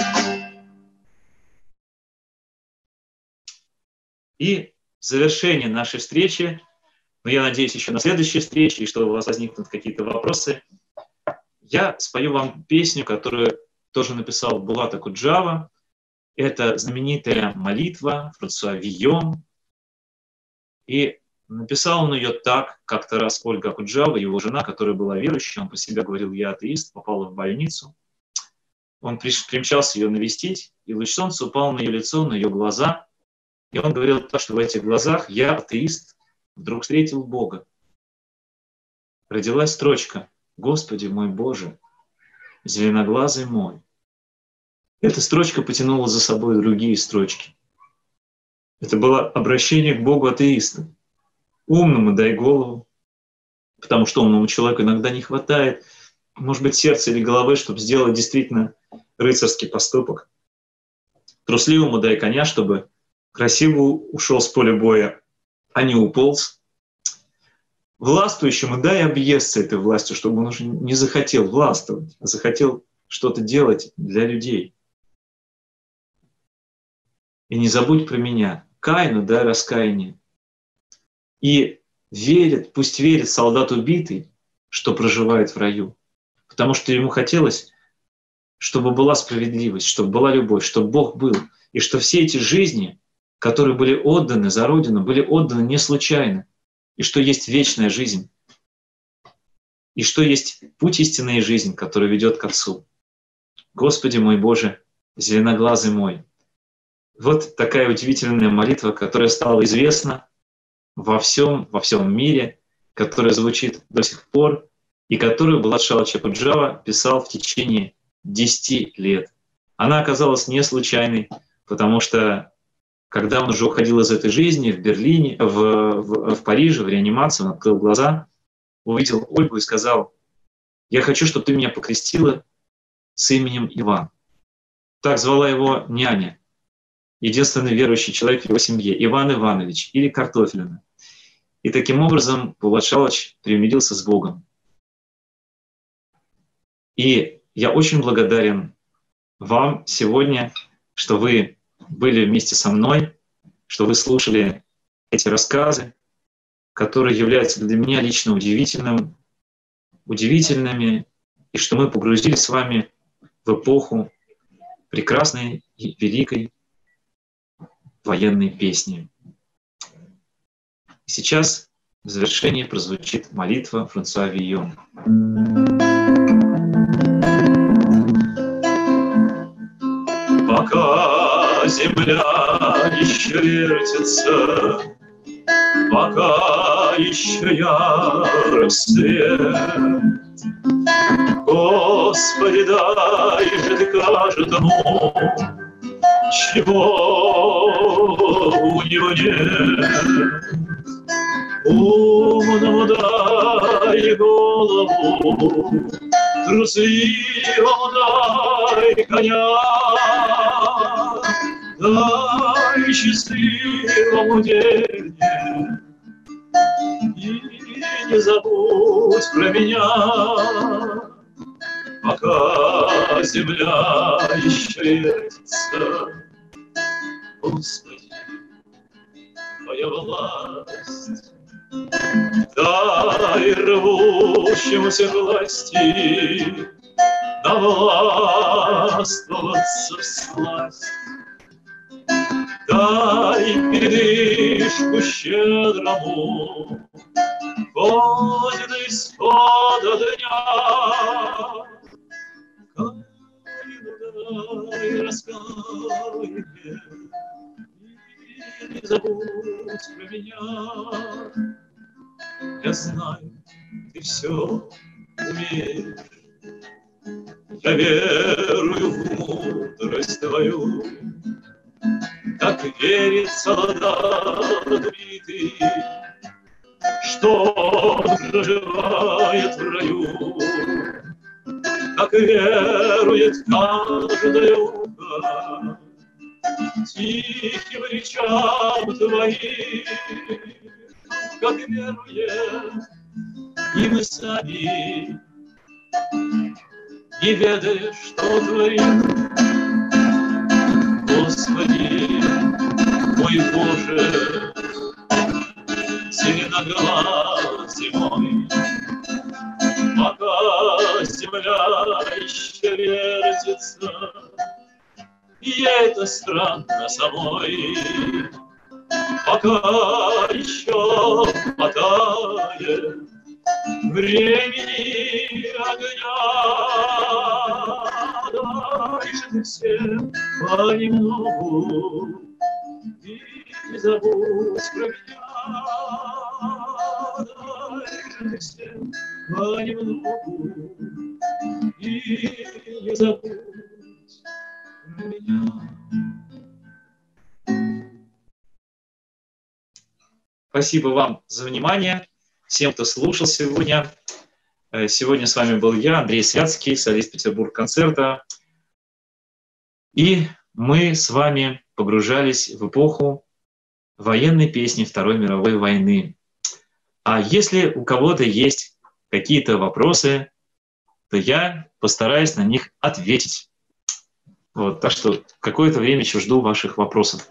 И в завершение нашей встречи, но я надеюсь еще на следующей встрече, и что у вас возникнут какие-то вопросы, я спою вам песню, которую тоже написал Булат Окуджава. Это знаменитая молитва Франсуа Вийон. И написал он ее так, как-то раз Ольга Окуджава, его жена, которая была верующей, он по себе говорил: я атеист, попала в больницу. Он примчался ее навестить, и луч солнца упал на ее лицо, на ее глаза. И он говорил так, что в этих глазах я, атеист, вдруг встретил Бога. Родилась строчка: «Господи мой Боже, зеленоглазый мой». Эта строчка потянула за собой другие строчки. Это было обращение к Богу атеиста. Умному дай голову, потому что умному человеку иногда не хватает, может быть, сердца или головы, чтобы сделать действительно рыцарский поступок. Трусливому дай коня, чтобы красиво ушел с поля боя, а не уполз. Властвующему дай объесться этой властью, чтобы он уже не захотел властвовать, а захотел что-то делать для людей. И не забудь про меня. Каину дай раскаяние. И верит, пусть верит солдат убитый, что проживает в раю. Потому что ему хотелось, чтобы была справедливость, чтобы была любовь, чтобы Бог был. И что все эти жизни, которые были отданы за Родину, были отданы не случайно. И что есть вечная жизнь. И что есть путь истинной жизни, который ведет к Отцу. Господи мой Боже, зеленоглазый мой. Вот такая удивительная молитва, которая стала известна во всем, во всем мире, которая звучит до сих пор, и которую Булат Шалович Окуджава писал в течение десяти лет. Она оказалась не случайной, потому что когда он уже уходил из этой жизни в Берлине, в, в, в Париже, в реанимации, он открыл глаза, увидел Ольгу и сказал: «Я хочу, чтобы ты меня покрестила с именем Иван». Так звала его няня, единственный верующий человек в его семье, Иван Иванович или Картофелина. И таким образом Булат Шалович примирился с Богом. И я очень благодарен вам сегодня, что вы были вместе со мной, что вы слушали эти рассказы, которые являются для меня лично удивительным, удивительными, и что мы погрузились с вами в эпоху прекрасной и великой военной песни. И сейчас в завершении прозвучит молитва Франсуа Вийон. Пока земля еще вертится, пока еще ярок свет, Господи, дай же ты каждому, чего у него нет. Умному дай голову, трусливому дай коня, дай счастливому день, и не забудь про меня, пока земля еще вертится. Господи, Твоя власть, дай рвущемуся к власти навластвоваться всласть. Дай передышку щедрому хоть до исхода дня. Каину дай раскаяние и не забудь про меня. Я знаю, ты все умеешь. Я верую в мудрость твою, как верит солдат убитый, что проживает в раю, как верует каждое ухо тихим речам твоим, как веруем и мы сами, не ведая, что творим. Господи, мой Боже, зеленоглазый мой, пока земля еще вертится, и это странно самой, пока еще хватает времени огня. Дай же ты всем понемногу и не забудь про меня. Дай же ты всем понемногу и не забудь про меня. Спасибо вам за внимание. Всем, кто слушал сегодня. Сегодня с вами был я, Андрей Святский, солист Петербург-концерта. И мы с вами погружались в эпоху военной песни Второй мировой войны. А если у кого-то есть какие-то вопросы, то я постараюсь на них ответить. Вот, так что какое-то время еще жду ваших вопросов.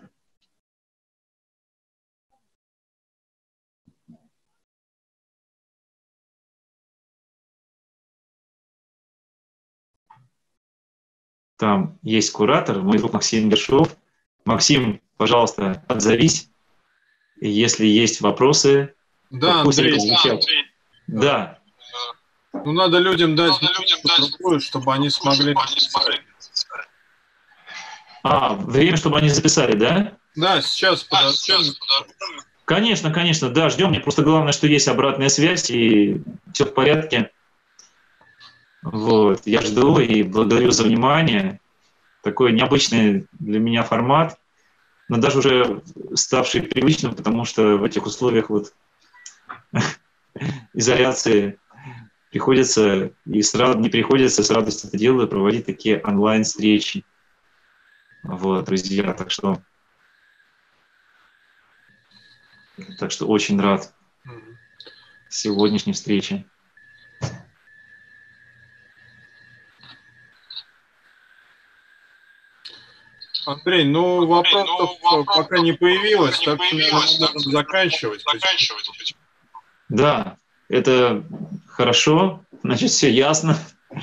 Там есть куратор, мой друг Максим Ершов. Максим, пожалуйста, отзовись, если есть вопросы. Да, Андрей, да, Андрей. Да. Ну, надо людям дать, надо людям другую, дать чтобы они смогли... А, время, чтобы они записали, да? Да, сейчас подождем. Конечно, конечно, да, ждем. Мне просто главное, что есть обратная связь, и все в порядке. Вот, я жду и благодарю за внимание. Такой необычный для меня формат, но даже уже ставший привычным, потому что в этих условиях вот изоляции приходится, и с рад... не приходится, с радостью это делаю, проводить такие онлайн-встречи. Вот, друзья, так что, так что очень рад сегодняшней встрече. Андрей, ну вопросов ну, пока не появилось, не так появилось, что мы можем заканчивать. заканчивать. Да, это хорошо, значит, все ясно.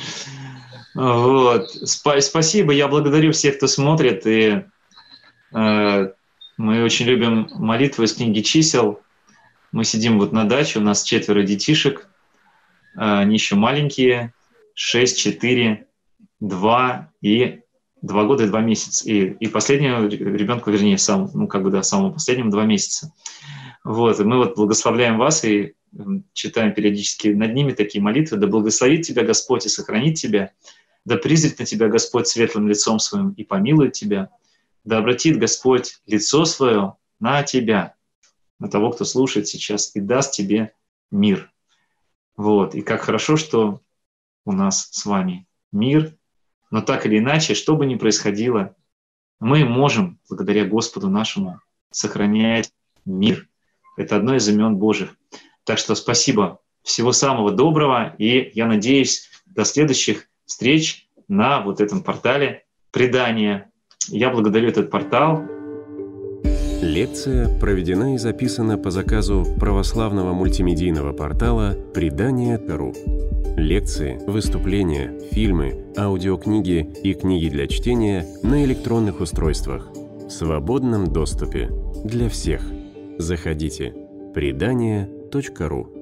Вот. Сп- спасибо, я благодарю всех, кто смотрит. И э, мы очень любим молитву из книги чисел. Мы сидим вот на даче, у нас четверо детишек, э, они еще маленькие, шесть, четыре, два и два года и два месяца. И, и последнему ребенку, вернее, сам, ну как бы да, самому последнему два месяца. Вот. И мы вот благословляем вас и читаем периодически над ними такие молитвы. Да благословит тебя Господь и сохранит тебя. Да призрит на тебя Господь светлым лицом своим и помилует тебя. Да обратит Господь лицо свое на тебя, на того, кто слушает сейчас, и даст тебе мир. Вот. И как хорошо, что у нас с вами мир. Но так или иначе, что бы ни происходило, мы можем, благодаря Господу нашему, сохранять мир. Это одно из имен Божьих. Так что спасибо, всего самого доброго, и я надеюсь, до следующих встреч на вот этом портале предания. Я благодарю этот портал. Лекция проведена и записана по заказу православного мультимедийного портала предания точка ру. Лекции, выступления, фильмы, аудиокниги и книги для чтения на электронных устройствах в свободном доступе для всех. Заходите предания точка ру.